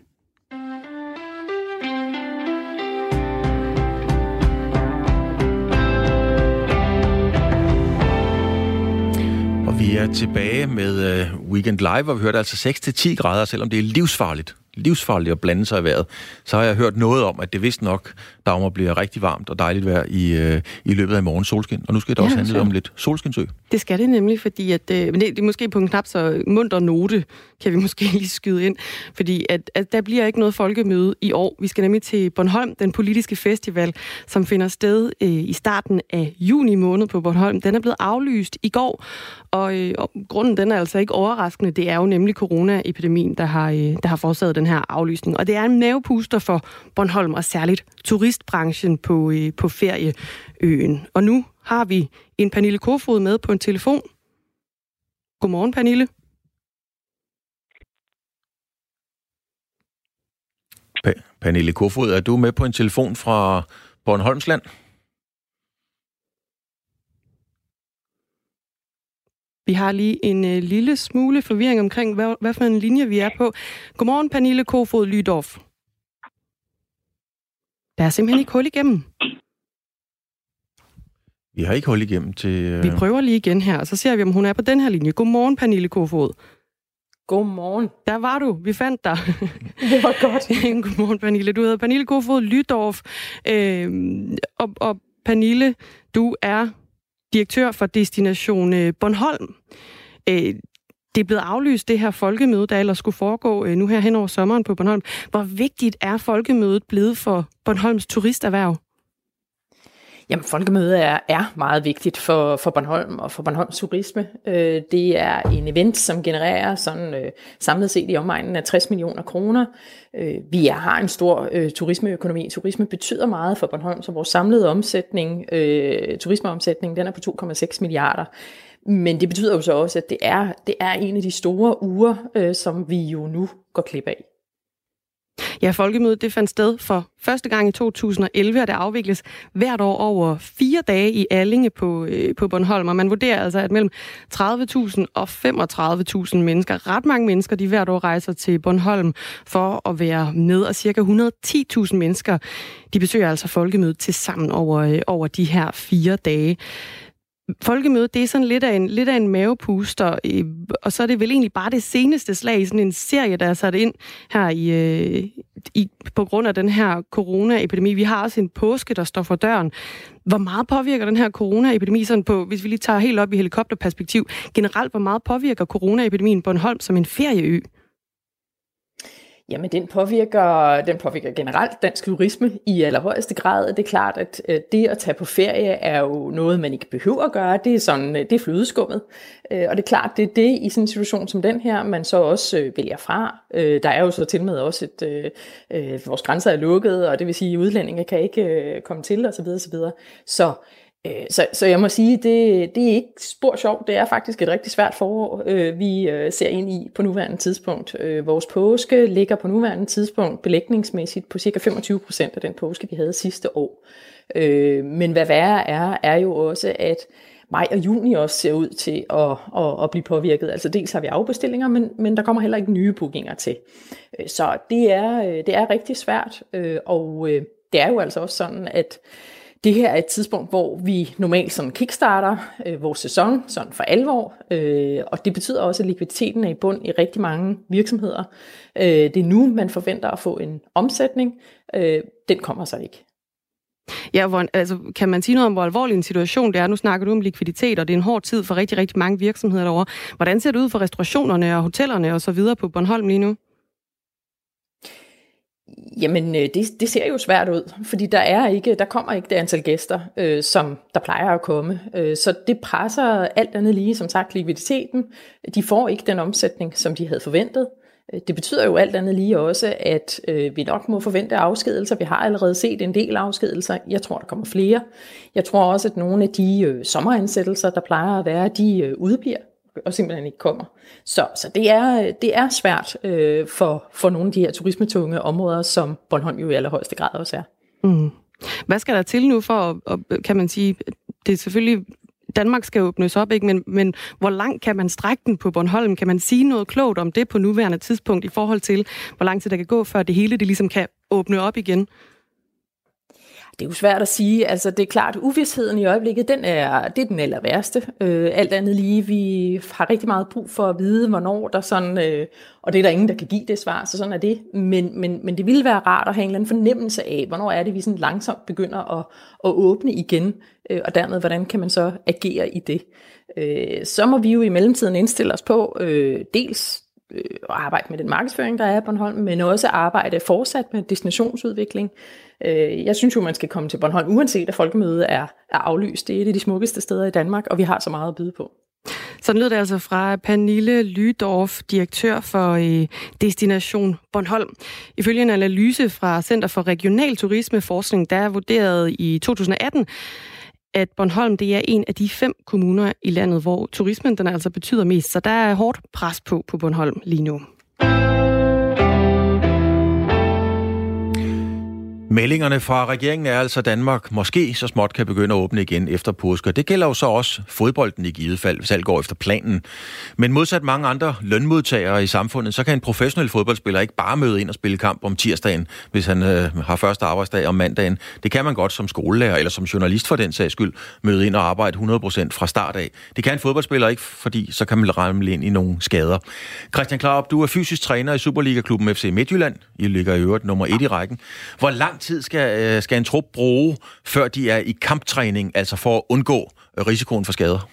Vi er tilbage med Weekend Live, og vi hørte altså 6-10 grader, selvom det er livsfarligt at blande sig i vejret. Så har jeg hørt noget om, at det vist nok Dagmar bliver rigtig varmt og dejligt vejr i løbet af morgen solskin. Og nu skal det også handle om lidt solskinsø. Det skal det nemlig, fordi at, men det er måske på en knap så munter note, kan vi måske lige skyde ind. Fordi at der bliver ikke noget folkemøde i år. Vi skal nemlig til Bornholm, den politiske festival, som finder sted i starten af juni måned på Bornholm. Den er blevet aflyst i går, og grunden den er altså ikke overraskende. Det er jo nemlig coronaepidemien, der har forårsaget den her aflysning. Og det er en mavepuster for Bornholm, og særligt turistbranchen på ferieøen. Og nu har vi en Pernille Kofod med på en telefon. Godmorgen, Pernille. Pernille Kofod, er du med på en telefon fra Bornholmsland? Vi har lige en lille smule forvirring omkring, hvad for en linje vi er på. Godmorgen, Pernille Kofod Lydorf. Der er simpelthen ikke hul igennem. Vi har ikke hul igennem til... Vi prøver lige igen her, og så ser vi, om hun er på den her linje. Godmorgen, Pernille Kofod. Godmorgen. Der var du. Vi fandt dig. Det var godt. Godmorgen, Pernille. Du hedder Pernille Kofod Lydorf. Og Pernille, du er direktør for Destination Bornholm. Det er blevet aflyst, det her folkemøde, der ellers skulle foregå nu her hen over sommeren på Bornholm. Hvor vigtigt er folkemødet blevet for Bornholms turisterhverv? Jamen, folkemødet er meget vigtigt for Bornholm og for Bornholms turisme. Det er en event, som genererer sådan samlet set i omegnen af 60 millioner kroner. Vi har en stor turismeøkonomi. Turisme betyder meget for Bornholm, så vores samlede omsætning, turismeomsætning, den er på 2,6 milliarder. Men det betyder jo så også, at det er en af de store uger, som vi jo nu går klip af. Ja, folkemødet det fandt sted for første gang i 2011, og det afvikles hvert år over 4 dage i Allinge på Bornholm. Og man vurderer altså, at mellem 30.000 og 35.000 mennesker, ret mange mennesker, de hvert år rejser til Bornholm for at være med, og cirka 110.000 mennesker, de besøger altså folkemødet til sammen over de her 4 dage. Folkemødet, det er sådan lidt af en mavepuster, og så er det vel egentlig bare det seneste slag i sådan en serie, der er sat ind her på grund af den her coronaepidemi. Vi har også en påske, der står for døren. Hvor meget påvirker den her coronaepidemi, sådan på, hvis vi lige tager helt op i helikopterperspektiv, generelt, hvor meget påvirker coronaepidemien Bornholm som en ferieø? Jamen, den påvirker generelt dansk turisme i allerhøjeste grad. Det er klart, at det at tage på ferie er jo noget, man ikke behøver at gøre. Det er flødeskummet. Og det er klart, det er det i sådan en situation som den her, man så også vælger fra. Der er jo så til med også vores grænser er lukket, og det vil sige, at udlændinge kan ikke komme til osv. osv. Så jeg må sige, det er ikke spor sjovt. Det er faktisk et rigtig svært forår, vi ser ind i på nuværende tidspunkt. Vores påske ligger på nuværende tidspunkt belægningsmæssigt på cirka 25% af den påske, vi havde sidste år. Men hvad værre er jo også, at maj og juni også ser ud til at blive påvirket. Altså dels har vi afbestillinger, men der kommer heller ikke nye bookinger til. Så det er rigtig svært, og det er jo altså også sådan, at det her er et tidspunkt, hvor vi normalt sådan kickstarter vores sæson sådan for alvor, og det betyder også, at likviditeten er i bund i rigtig mange virksomheder. Det er nu, man forventer at få en omsætning. Den kommer så ikke. Ja, kan man sige noget om, hvor alvorlig en situation det er? Nu snakker du om likviditet, og det er en hård tid for rigtig, rigtig mange virksomheder derovre. Hvordan ser det ud for restaurationerne og hotellerne og så videre på Bornholm lige nu? Jamen, det ser jo svært ud, fordi der kommer ikke det antal gæster, som der plejer at komme. Så det presser alt andet lige, som sagt, likviditeten. De får ikke den omsætning, som de havde forventet. Det betyder jo alt andet lige også, at vi nok må forvente afskedelser. Vi har allerede set en del afskedelser. Jeg tror, der kommer flere. Jeg tror også, at nogle af de sommeransættelser, der plejer at være, de udebliver og simpelthen ikke kommer. Så det er svært for nogle af de her turismetunge områder, som Bornholm jo i allerhøjeste grad også er. Mm. Hvad skal der til nu for, kan man sige, det er selvfølgelig, Danmark skal åbnes op, ikke? Men hvor langt kan man strække den på Bornholm? Kan man sige noget klogt om det på nuværende tidspunkt i forhold til, hvor lang tid der kan gå, før det hele det ligesom kan åbne op igen? Det er jo svært at sige. Altså, det er klart, uvisheden i øjeblikket, det er den aller værste. Alt andet lige, vi har rigtig meget brug for at vide, hvornår der sådan, og det er der ingen, der kan give det svar, så sådan er det. Men det ville være rart at have en eller anden fornemmelse af, hvornår er det, vi sådan langsomt begynder at åbne igen, og dermed, hvordan kan man så agere i det. Så må vi jo i mellemtiden indstille os på, dels at arbejde med den markedsføring, der er på Bornholm, men også arbejde fortsat med destinationsudvikling. Jeg synes jo, man skal komme til Bornholm, uanset at folkemødet er aflyst. Det er et af de smukkeste steder i Danmark, og vi har så meget at byde på. Så lød det altså fra Pernille Lydorf, direktør for Destination Bornholm. Ifølge en analyse fra Center for Regional Turismeforskning, der er vurderet i 2018, at Bornholm det er en af de 5 kommuner i landet, hvor turismen den altså betyder mest. Så der er hårdt pres på Bornholm lige nu. Meldingerne fra regeringen er altså, at Danmark måske så småt kan begynde at åbne igen efter påske. Det gælder jo så også fodbolden i givet fald, hvis alt går efter planen. Men modsat mange andre lønmodtagere i samfundet, så kan en professionel fodboldspiller ikke bare møde ind og spille kamp om tirsdagen, hvis han har første arbejdsdag om mandagen. Det kan man godt som skolelærer eller som journalist for den sags skyld møde ind og arbejde 100% fra start af. Det kan en fodboldspiller ikke, fordi så kan man ramle ind i nogle skader. Christian Klarup, du er fysisk træner i Superliga-klubben FC Midtjylland. I ligger i øvrigt nummer 1 i rækken. Hvor lang tid skal en trup bruge, før de er i kamptræning, altså for at undgå risikoen for skader?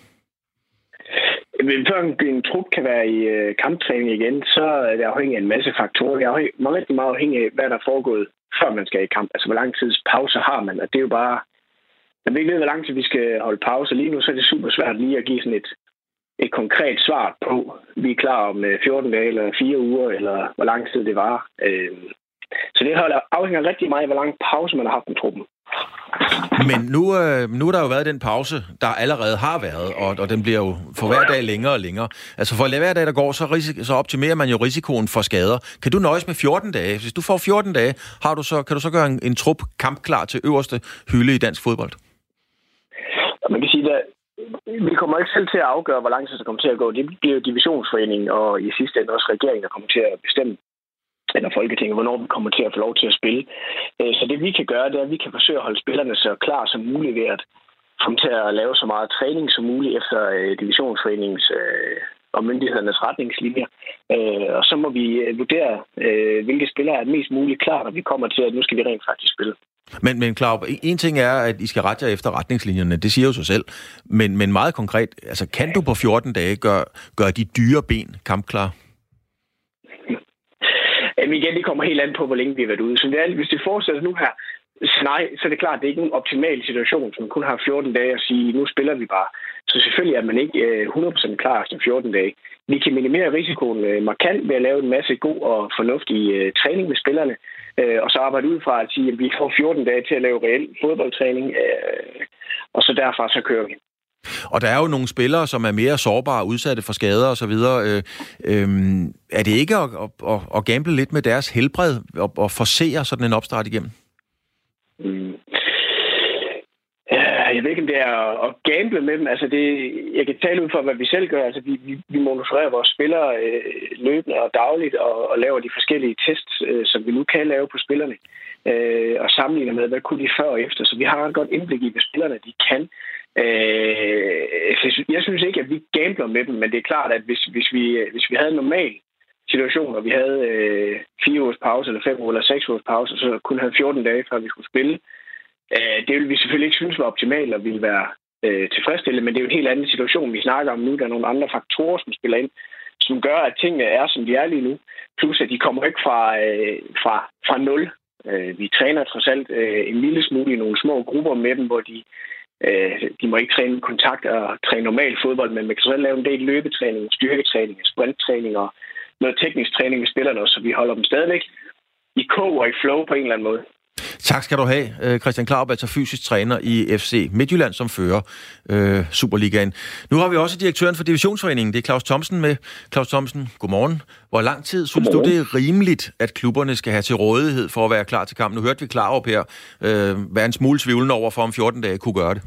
Før en trup kan være i kamptræning igen, så er det afhængig af en masse faktorer. Det er rigtig meget afhængig af, hvad der er foregået, før man skal i kamp. Altså, hvor lang tids pause har man? Og det er jo bare... Når vi ikke ved, hvor lang tid vi skal holde pause lige nu, så er det super svært lige at give sådan et konkret svar på. Vi er klar om 14 dage eller 4 uger, eller hvor lang tid det var. Så det afhænger rigtig meget af, hvor lang pause man har haft med truppen. Men nu er der jo været den pause, der allerede har været, og den bliver jo for hver dag længere og længere. Altså for hver dag, der går, så optimerer man jo risikoen for skader. Kan du nøjes med 14 dage? Hvis du får 14 dage, kan du så gøre en trup kampklar til øverste hylde i dansk fodbold? Man kan sige, at vi kommer ikke selv til at afgøre, hvor lang tid det kommer til at gå. Det bliver divisionsforeningen og i sidste ende også regeringen, der kommer til at bestemme, eller Folketinget, hvornår vi kommer til at få lov til at spille. Så det vi kan gøre, det er, at vi kan forsøge at holde spillerne så klar som muligt ved at komme til at lave så meget træning som muligt efter divisionsforeningens og myndighedernes retningslinjer. Og så må vi vurdere, hvilke spillere er mest muligt klar, når vi kommer til, at nu skal vi rent faktisk spille. Men Klarup, en ting er, at I skal rette jer efter retningslinjerne, det siger jo sig selv. Men meget konkret, altså kan du på 14 dage gøre de dyre ben kampklar? Jamen igen, det kommer helt an på, hvor længe vi har været ude. Så hvis det fortsætter nu her, nej, så er det klart, at det ikke er en optimal situation, som man kun har 14 dage at sige, nu spiller vi bare. Så selvfølgelig er man ikke 100% klar efter 14 dage. Vi kan minimere risikoen markant ved at lave en masse god og fornuftig træning med spillerne, og så arbejde ud fra at sige, at vi får 14 dage til at lave reel fodboldtræning, og så derfra så kører vi. Og der er jo nogle spillere, som er mere sårbare, udsatte for skader osv. Er det ikke at gamble lidt med deres helbred og forsere sådan en opstart igennem? Jeg ved ikke, om det er at gamble med dem. Altså jeg kan tale ud fra, hvad vi selv gør. Altså vi monitorerer vores spillere løbende og dagligt og laver de forskellige tests, som vi nu kan lave på spillerne. Og sammenligner med, hvad kunne de før og efter. Så vi har et godt indblik i, hvad spillerne de kan. Jeg synes ikke, at vi gambler med dem, men det er klart, at hvis vi havde en normal situation, og vi havde 4 ugers pause, eller 5 uger, eller 6 ugers pause, så kun havde 14 dage, før vi skulle spille. Det ville vi selvfølgelig ikke synes var optimalt, og ville være tilfredsstillende, men det er jo en helt anden situation, vi snakker om nu. Der er nogle andre faktorer, som spiller ind, som gør, at tingene er, som de er lige nu. Plus, at de kommer ikke fra 0. Vi træner trods alt en lille smule i nogle små grupper med dem, hvor de må ikke træne kontakt og træne normal fodbold, men man kan så lave en del løbetræning, styrketræning, sprinttræning og noget teknisk træning med spillerne også, så vi holder dem stadigvæk i kog og i flow på en eller anden måde. Tak skal du have, Christian Klaup, altså fysisk træner i FC Midtjylland, som fører Superligaen. Nu har vi også direktøren for Divisionsforeningen, det er Claus Thomsen med. Claus Thomsen, godmorgen. Hvor lang tid synes du, det er rimeligt, at klubberne skal have til rådighed for at være klar til kampen? Nu hørte vi Klarup her være en smule tvivlende over for, om 14 dage kunne gøre det.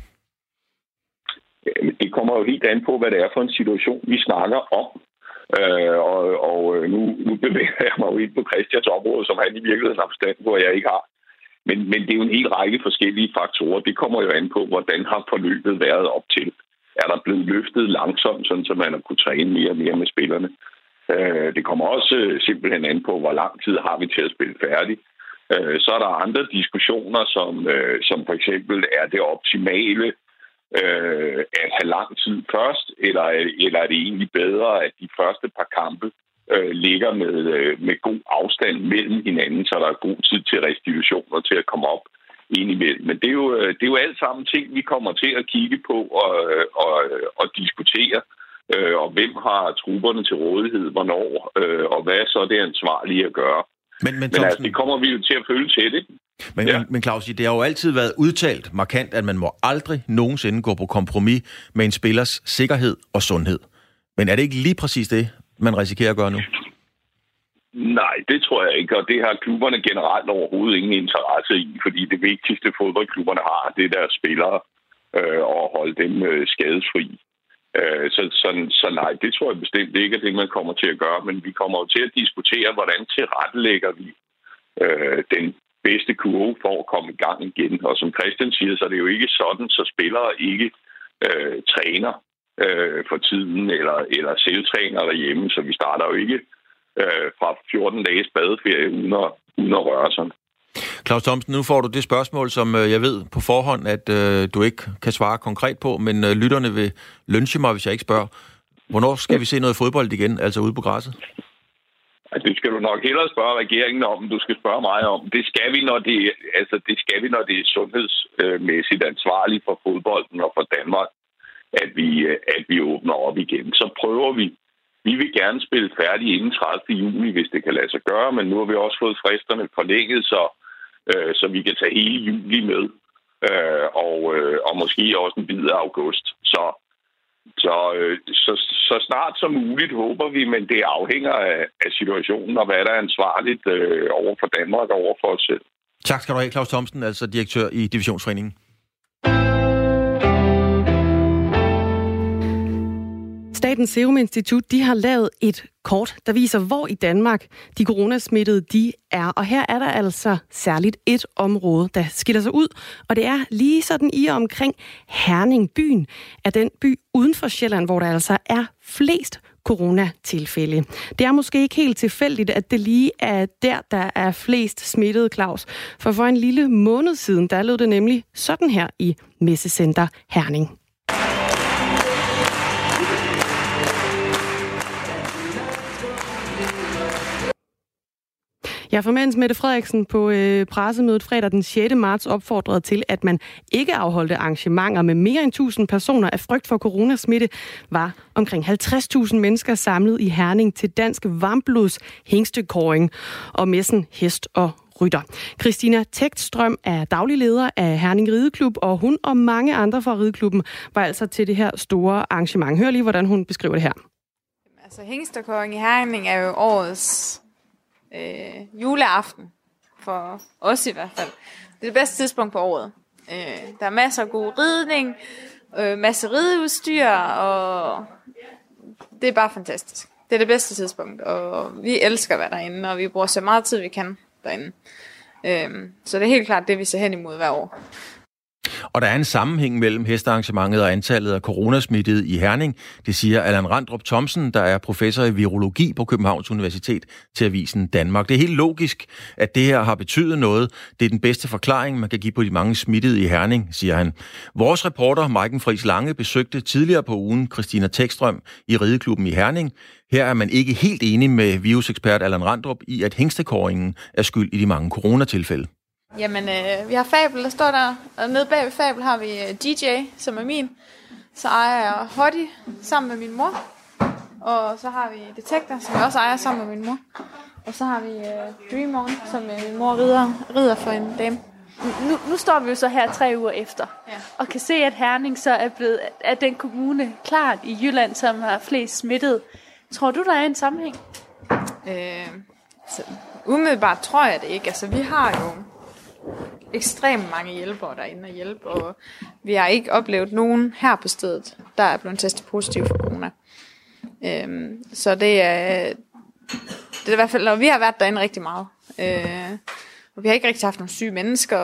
Det kommer jo helt an på, hvad det er for en situation, vi snakker om. Nu bevæger jeg mig jo ind på Christians område, som han i virkeligheden har forstand, hvor jeg ikke har. Men det er jo en hel række forskellige faktorer. Det kommer jo an på, hvordan har forløbet været op til. Er der blevet løftet langsomt, sådan så man har kunnet træne mere og mere med spillerne? Det kommer også simpelthen an på, hvor lang tid har vi til at spille færdig. Så er der andre diskussioner, som for eksempel er det optimale at have lang tid først, eller er det egentlig bedre, at de første par kampe ligger med god afstand mellem hinanden, så der er god tid til restitutioner til at komme op ind imellem. Men det er jo alt sammen ting, vi kommer til at kigge på og diskutere. Og hvem har trupperne til rådighed, hvornår, og hvad er så det ansvarlige at gøre. Men altså, det kommer vi jo til at følge til det. Men Claus, det har jo altid været udtalt markant, at man må aldrig nogensinde gå på kompromis med en spillers sikkerhed og sundhed. Men er det ikke lige præcis det, man risikerer at gøre nu? Nej, det tror jeg ikke, og det har klubberne generelt overhovedet ingen interesse i, fordi det vigtigste fodboldklubberne har, det er deres spillere, og holde dem skadesfri. Så nej, det tror jeg bestemt ikke er det, man kommer til at gøre, men vi kommer jo til at diskutere, hvordan tilrettelægger vi den bedste kurve for at komme i gang igen. Og som Christian siger, så er det jo ikke sådan, så spillere ikke træner for tiden, eller selvtræner derhjemme, så vi starter jo ikke fra 14 dages badeferie uden at røre sig. Claus Thomsen, nu får du det spørgsmål, som jeg ved på forhånd, at du ikke kan svare konkret på, men lytterne vil lynche mig, hvis jeg ikke spørger. Hvornår skal vi se noget fodbold igen, altså ude på græsset? Det skal du nok hellere spørge regeringen om, du skal spørge mig om. Det skal vi, når det er sundhedsmæssigt ansvarligt for fodbolden og for Danmark, at vi åbner op igen. Så prøver vi. Vi vil gerne spille færdig inden 30. juni, hvis det kan lade sig gøre, men nu har vi også fået fristerne forlænget, så vi kan tage hele juli med, og måske også en bid af august. Så snart som muligt håber vi, men det afhænger af situationen og hvad der er ansvarligt over for Danmark og over for os selv. Tak skal du have, Claus Thomsen, altså direktør i Divisionsforeningen. Statens Serum Institut, de har lavet et kort, der viser, hvor i Danmark de coronasmittede de er. Og her er der altså særligt et område, der skiller sig ud. Og det er lige sådan i og omkring Herning. Byen er den by uden for Sjælland, hvor der altså er flest coronatilfælde. Det er måske ikke helt tilfældigt, at det lige er der er flest smittede, Claus. For en lille måned siden, der lød det nemlig sådan her i Messecenter Herning. Ja, for mens Mette Frederiksen på pressemødet fredag den 6. marts opfordrede til, at man ikke afholdte arrangementer med mere end 1000 personer af frygt for coronasmitte, var omkring 50.000 mennesker samlet i Herning til dansk varmblods hængstekåring og messen Hest og Rytter. Christina Tegtstrøm er daglig leder af Herning Rideklub, og hun og mange andre fra Rideklubben var altså til det her store arrangement. Hør lige, hvordan hun beskriver det her. Altså, hængstekåring i Herning er jo årets juleaften, for os i hvert fald. Det er det bedste tidspunkt på året. Der er masser af god ridning, masse rideudstyr, og det er bare fantastisk. Det er det bedste tidspunkt, og vi elsker at være derinde, og vi bruger så meget tid, vi kan derinde. Så det er helt klart det, vi ser hen imod hver år. Og der er en sammenhæng mellem hestearrangementet og antallet af coronasmittede i Herning. Det siger Allan Randrup Thomsen, der er professor i virologi på Københavns Universitet, til Avisen Danmark. Det er helt logisk, at det her har betydet noget. Det er den bedste forklaring, man kan give på de mange smittede i Herning, siger han. Vores reporter, Maiken Friis Lange, besøgte tidligere på ugen Christina Tegtstrøm i Rideklubben i Herning. Her er man ikke helt enig med virusekspert Allan Randrup i, at hængstekåringen er skyld i de mange coronatilfælde. Jamen, vi har Fabel, der står der, og nede bag ved Fabel har vi DJ, som er min. Så ejer jeg Hottie sammen med min mor. Og så har vi Detektor, som jeg også ejer sammen med min mor. Og så har vi Dream On, som min mor rider for en dame. Nu står vi jo så her 3 uger efter, og kan se, at Herning så er blevet af den kommune klart i Jylland, som har flest smittet. Tror du, der er en sammenhæng? Umiddelbart tror jeg det ikke. Altså, vi har jo ekstremt mange hjælpere derinde og hjælpe, og vi har ikke oplevet nogen her på stedet, der er blevet testet positiv for corona. Så det er i hvert fald, og vi har været derinde rigtig meget. Og vi har ikke rigtig haft nogle syge mennesker,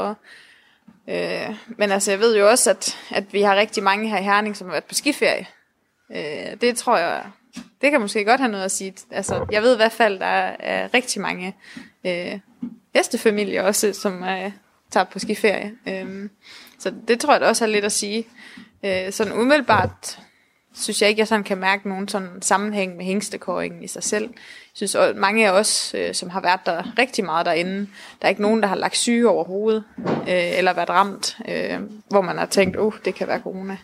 men altså jeg ved jo også, at vi har rigtig mange her i Herning, som har været på skiferie. Det tror jeg, det kan måske godt have noget at sige. Altså, jeg ved i hvert fald, der er rigtig mange hestefamilier også, som tager på skiferie. Så det tror jeg da også har lidt at sige. Sådan umiddelbart synes jeg ikke, jeg sådan kan mærke nogen sådan sammenhæng med hængstekåringen i sig selv. Jeg synes også, mange af os, som har været der rigtig meget derinde, der er ikke nogen, der har lagt syge overhovedet, eller været ramt, hvor man har tænkt, det kan være corona.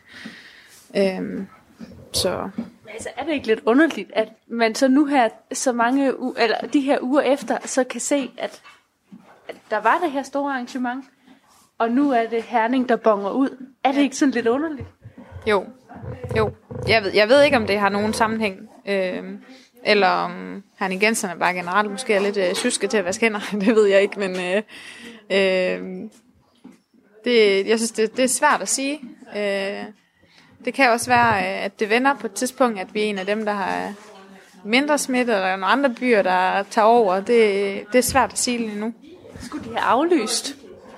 Så. Altså, er det ikke lidt underligt, at man så nu her så mange eller de her uger efter, så kan se, at der var det her store arrangement, og nu er det Herning, der bonger ud. Er det ikke sådan lidt underligt? Jo. Jeg ved ikke, om det har nogen sammenhæng, eller om herningenserne bare generelt måske er lidt syske til at vaske hænder. Det ved jeg ikke, men jeg synes, det er svært at sige. Det kan også være, at det vender på et tidspunkt, at vi er en af dem, der har mindre smitte, eller nogle andre byer, der tager over. Det er svært at sige lige nu. Skulle de have aflyst?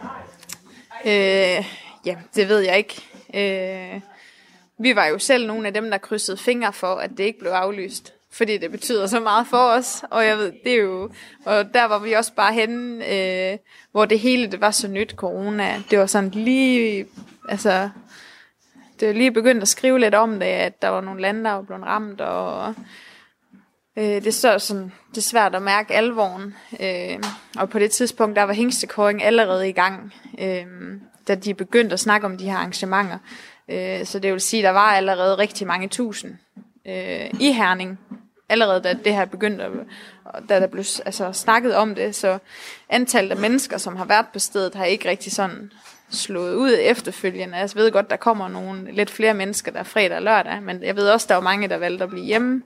Ja, det ved jeg ikke. Vi var jo selv nogle af dem, der krydsede fingre for, at det ikke blev aflyst. Fordi det betyder så meget for os. Og jeg ved, det er jo. Og der var vi også bare henne, hvor det hele det var så nyt, corona. Det var sådan lige. Altså. Det er lige begyndt at skrive lidt om det, at der var nogle lande, der var blevet ramt, og det er svært at mærke alvoren. Og på det tidspunkt, der var hængstekåring allerede i gang, da de begyndte at snakke om de her arrangementer. Så det vil sige, at der var allerede rigtig mange tusind i Herning, allerede da det her begyndte, da der blev snakket om det. Så antallet af mennesker, som har været på stedet, har ikke rigtig sådan slået ud efterfølgende. Jeg ved godt, der kommer nogle lidt flere mennesker, der er fredag og lørdag, men jeg ved også, der er mange, der valgte at blive hjemme.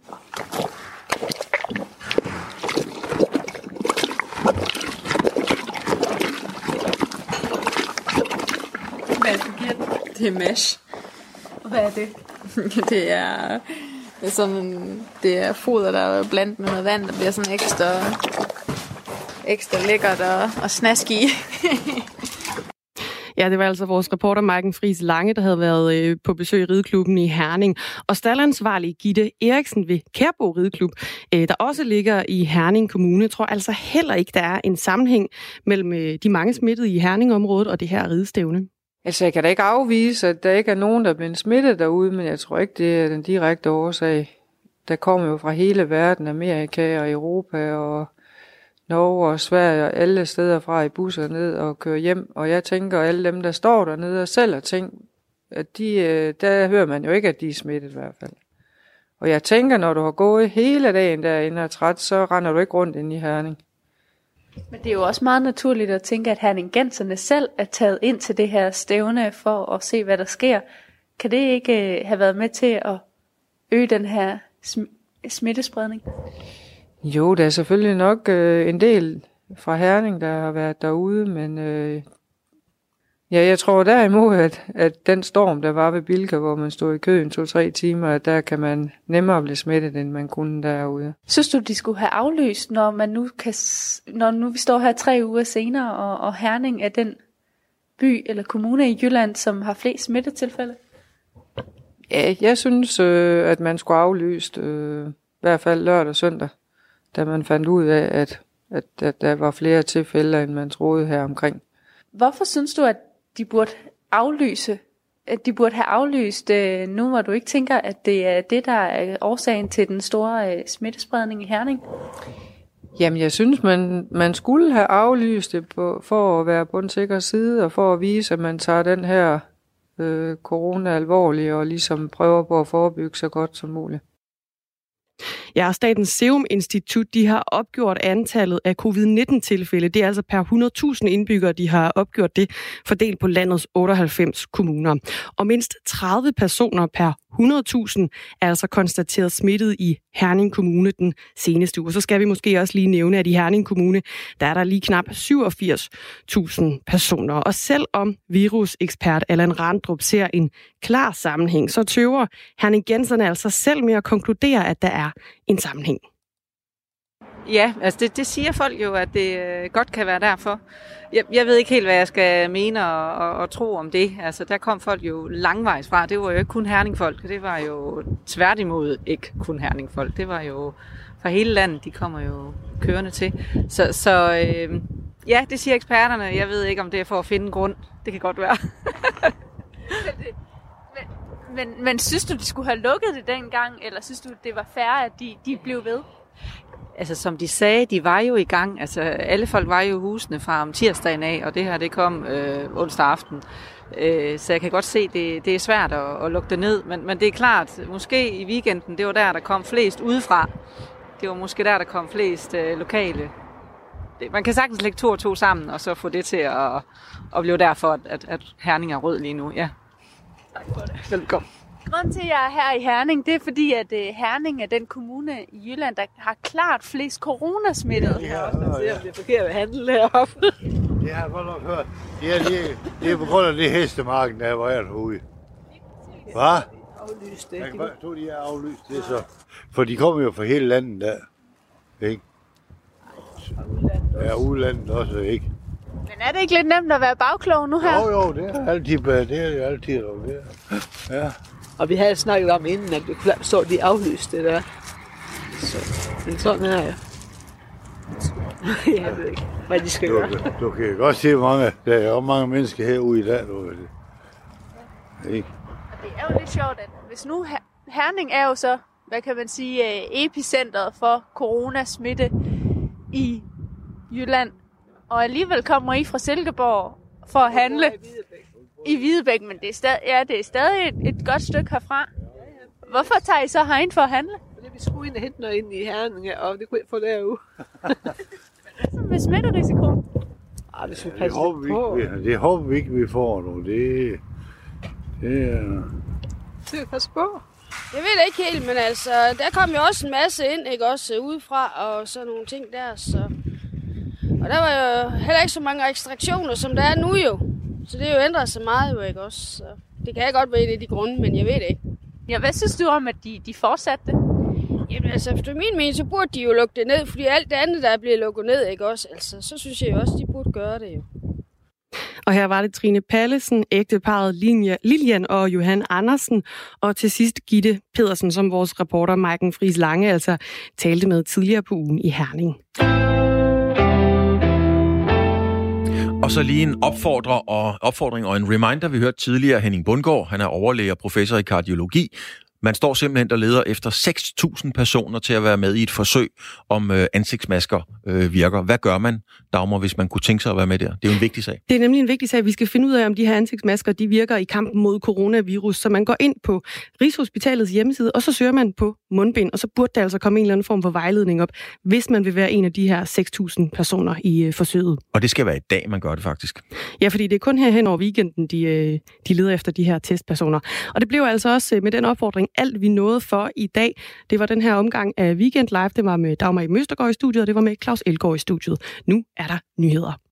Hvad er det? Det er mash. Hvad er det? Det er foder, der er blandet med noget vand, der bliver sådan ekstra lækkert og snask i. Ja, det var altså vores reporter Maiken Friis Lange, der havde været på besøg i Rideklubben i Herning. Og staldansvarlig Gitte Eriksen ved Kærbo Rideklub, der også ligger i Herning Kommune, tror altså heller ikke, der er en sammenhæng mellem de mange smittede i Herning-området og det her ridestævne. Altså, jeg kan da ikke afvise, at der ikke er nogen, der er blevet smittet derude, men jeg tror ikke, det er den direkte årsag. Der kommer jo fra hele verden, Amerika og Europa og Norge og Sverige og alle steder fra i busser ned og kører hjem. Og jeg tænker, at alle dem, der står dernede og sælger ting, at der hører man jo ikke, at de er smittet i hvert fald. Og jeg tænker, når du har gået hele dagen derinde og er træt, så render du ikke rundt ind i Herning. Men det er jo også meget naturligt at tænke, at herningenserne selv er taget ind til det her stævne for at se, hvad der sker. Kan det ikke have været med til at øge den her smittespredning? Jo, der er selvfølgelig nok en del fra Herning, der har været derude, men jeg tror derimod, at den storm, der var ved Bilka, hvor man stod i køen 2-3 timer, at der kan man nemmere blive smittet, end man kunne derude. Synes du, de skulle have aflyst, når nu vi står her 3 uger senere, og Herning er den by eller kommune i Jylland, som har flest smittetilfælde? Ja, jeg synes, at man skulle aflyst, i hvert fald lørdag og søndag, da man fandt ud af, at der var flere tilfælde, end man troede her omkring. Hvorfor synes du, at de burde have aflyst nu, hvor du ikke tænker, at det er det, der er årsagen til den store smittespredning i Herning? Jamen, jeg synes, man skulle have aflyst det for at være på den sikre side, og for at vise, at man tager den her corona alvorligt, og ligesom prøver på at forebygge så godt som muligt. Ja, Statens Serum Institut, de har opgjort antallet af covid-19-tilfælde. Det er altså per 100.000 indbyggere, de har opgjort det, fordelt på landets 98 kommuner. Og mindst 30 personer per 100.000 er altså konstateret smittet i Herning Kommune den seneste uge. Så skal vi måske også lige nævne, at i Herning Kommune, der er der lige knap 87.000 personer. Og selvom virusekspert Allan Randrup ser en klar sammenhæng, så tøver herningenserne altså selv med at konkludere, at der er en sammenhæng. Ja, altså det siger folk jo, at det godt kan være derfor. Jeg ved ikke helt, hvad jeg skal mene og tro om det. Altså, der kom folk jo langvejs fra. Det var jo ikke kun herningfolk. Det var jo tværtimod ikke kun herningfolk. Det var jo fra hele landet, de kommer jo kørende til. Så ja, det siger eksperterne. Jeg ved ikke, om det er for at finde en grund. Det kan godt være. Men synes du, de skulle have lukket det dengang, eller synes du, det var fair, at de blev ved? Altså som de sagde, de var jo i gang. Altså alle folk var jo i husene fra om tirsdagen af, og det her det kom onsdag aften. Så jeg kan godt se, det er svært at lukke det ned. Men det er klart, måske i weekenden, det var der kom flest udefra. Det var måske der kom flest lokale. Man kan sagtens lægge 2 og 2 sammen, og så få det til at blive derfor, at Herning er rød lige nu. Ja. Tak for det. Velkommen. Grunden til, at jeg er her i Herning, det er fordi, at Herning er den kommune i Jylland, der har klart flest coronasmittede. Ja, det er forkert at handle heroppe. Det har jeg godt nok hørt. Det er på grund af det hestemarken, der var herude. Hvad? Aflyst det. Jeg kan forstå, de er aflyst det så. For de kommer jo fra hele landet der. Ikke? Ja, udlandet også, ikke? Men er det ikke lidt nemt at være bagklog nu her? Jo, det er altid ja. Og vi havde snakket om inden, at så de aflyste det der. Men sådan er jeg. Jeg ved ikke, hvad de skal gøre. Du kan godt se, der er også mange mennesker herude i dag. Ikke? Det er jo lidt sjovt, at hvis nu Herning er jo så, hvad kan man sige, epicentret for coronasmitte i Jylland. Og alligevel kommer I fra Silkeborg for at handle i Hvidebæk, men det er stadig et godt stykke herfra. Hvorfor tager I så herind for at handle? Fordi vi skulle ind og hente noget ind i Herning, og det kunne jeg få derude. Hvad med smitterisikoen? Hvis vi passer på. Det håber vi ikke, vi får nu. Det er passe på. Jeg ved det ikke helt, men altså, der kom jo også en masse ind, ikke også, udefra og sådan nogle ting der, så... Og der var jo heller ikke så mange restriktioner, som der er nu jo. Så det er jo ændret så meget jo, ikke også? Så det kan godt være en af de grunde, men jeg ved det ikke. Ja, hvad synes du om, at de fortsatte det? Jamen altså, efter min mening, så burde de jo lukke det ned, fordi alt det andet, der er blevet lukket ned, ikke også? Altså, så synes jeg jo også, de burde gøre det jo. Og her var det Trine Pallesen, ægteparret Lilian og Johan Andersen, og til sidst Gitte Pedersen, som vores reporter Maiken Friis Lange altså talte med tidligere på ugen i Herning. Og så lige en opfordring og en reminder. Vi hørte tidligere Henning Bundgaard, han er overlæge og professor i kardiologi, Man står simpelthen og leder efter 6.000 personer til at være med i et forsøg, om ansigtsmasker virker. Hvad gør man, Dagmar, hvis man kunne tænke sig at være med der? Det er jo en vigtig sag. Det er nemlig en vigtig sag. Vi skal finde ud af, om de her ansigtsmasker de virker i kampen mod coronavirus. Så man går ind på Rigshospitalets hjemmeside, og så søger man på mundbind, og så burde der altså komme en eller anden form for vejledning op, hvis man vil være en af de her 6.000 personer i forsøget. Og det skal være i dag, man gør det faktisk. Ja, fordi det er kun her hen over weekenden, de leder efter de her testpersoner. Og det blev altså også med den opfordring alt, vi nåede for i dag. Det var den her omgang af Weekend Live. Det var med Dagmar Møstergaard i studiet, og det var med Claus Elgaard i studiet. Nu er der nyheder.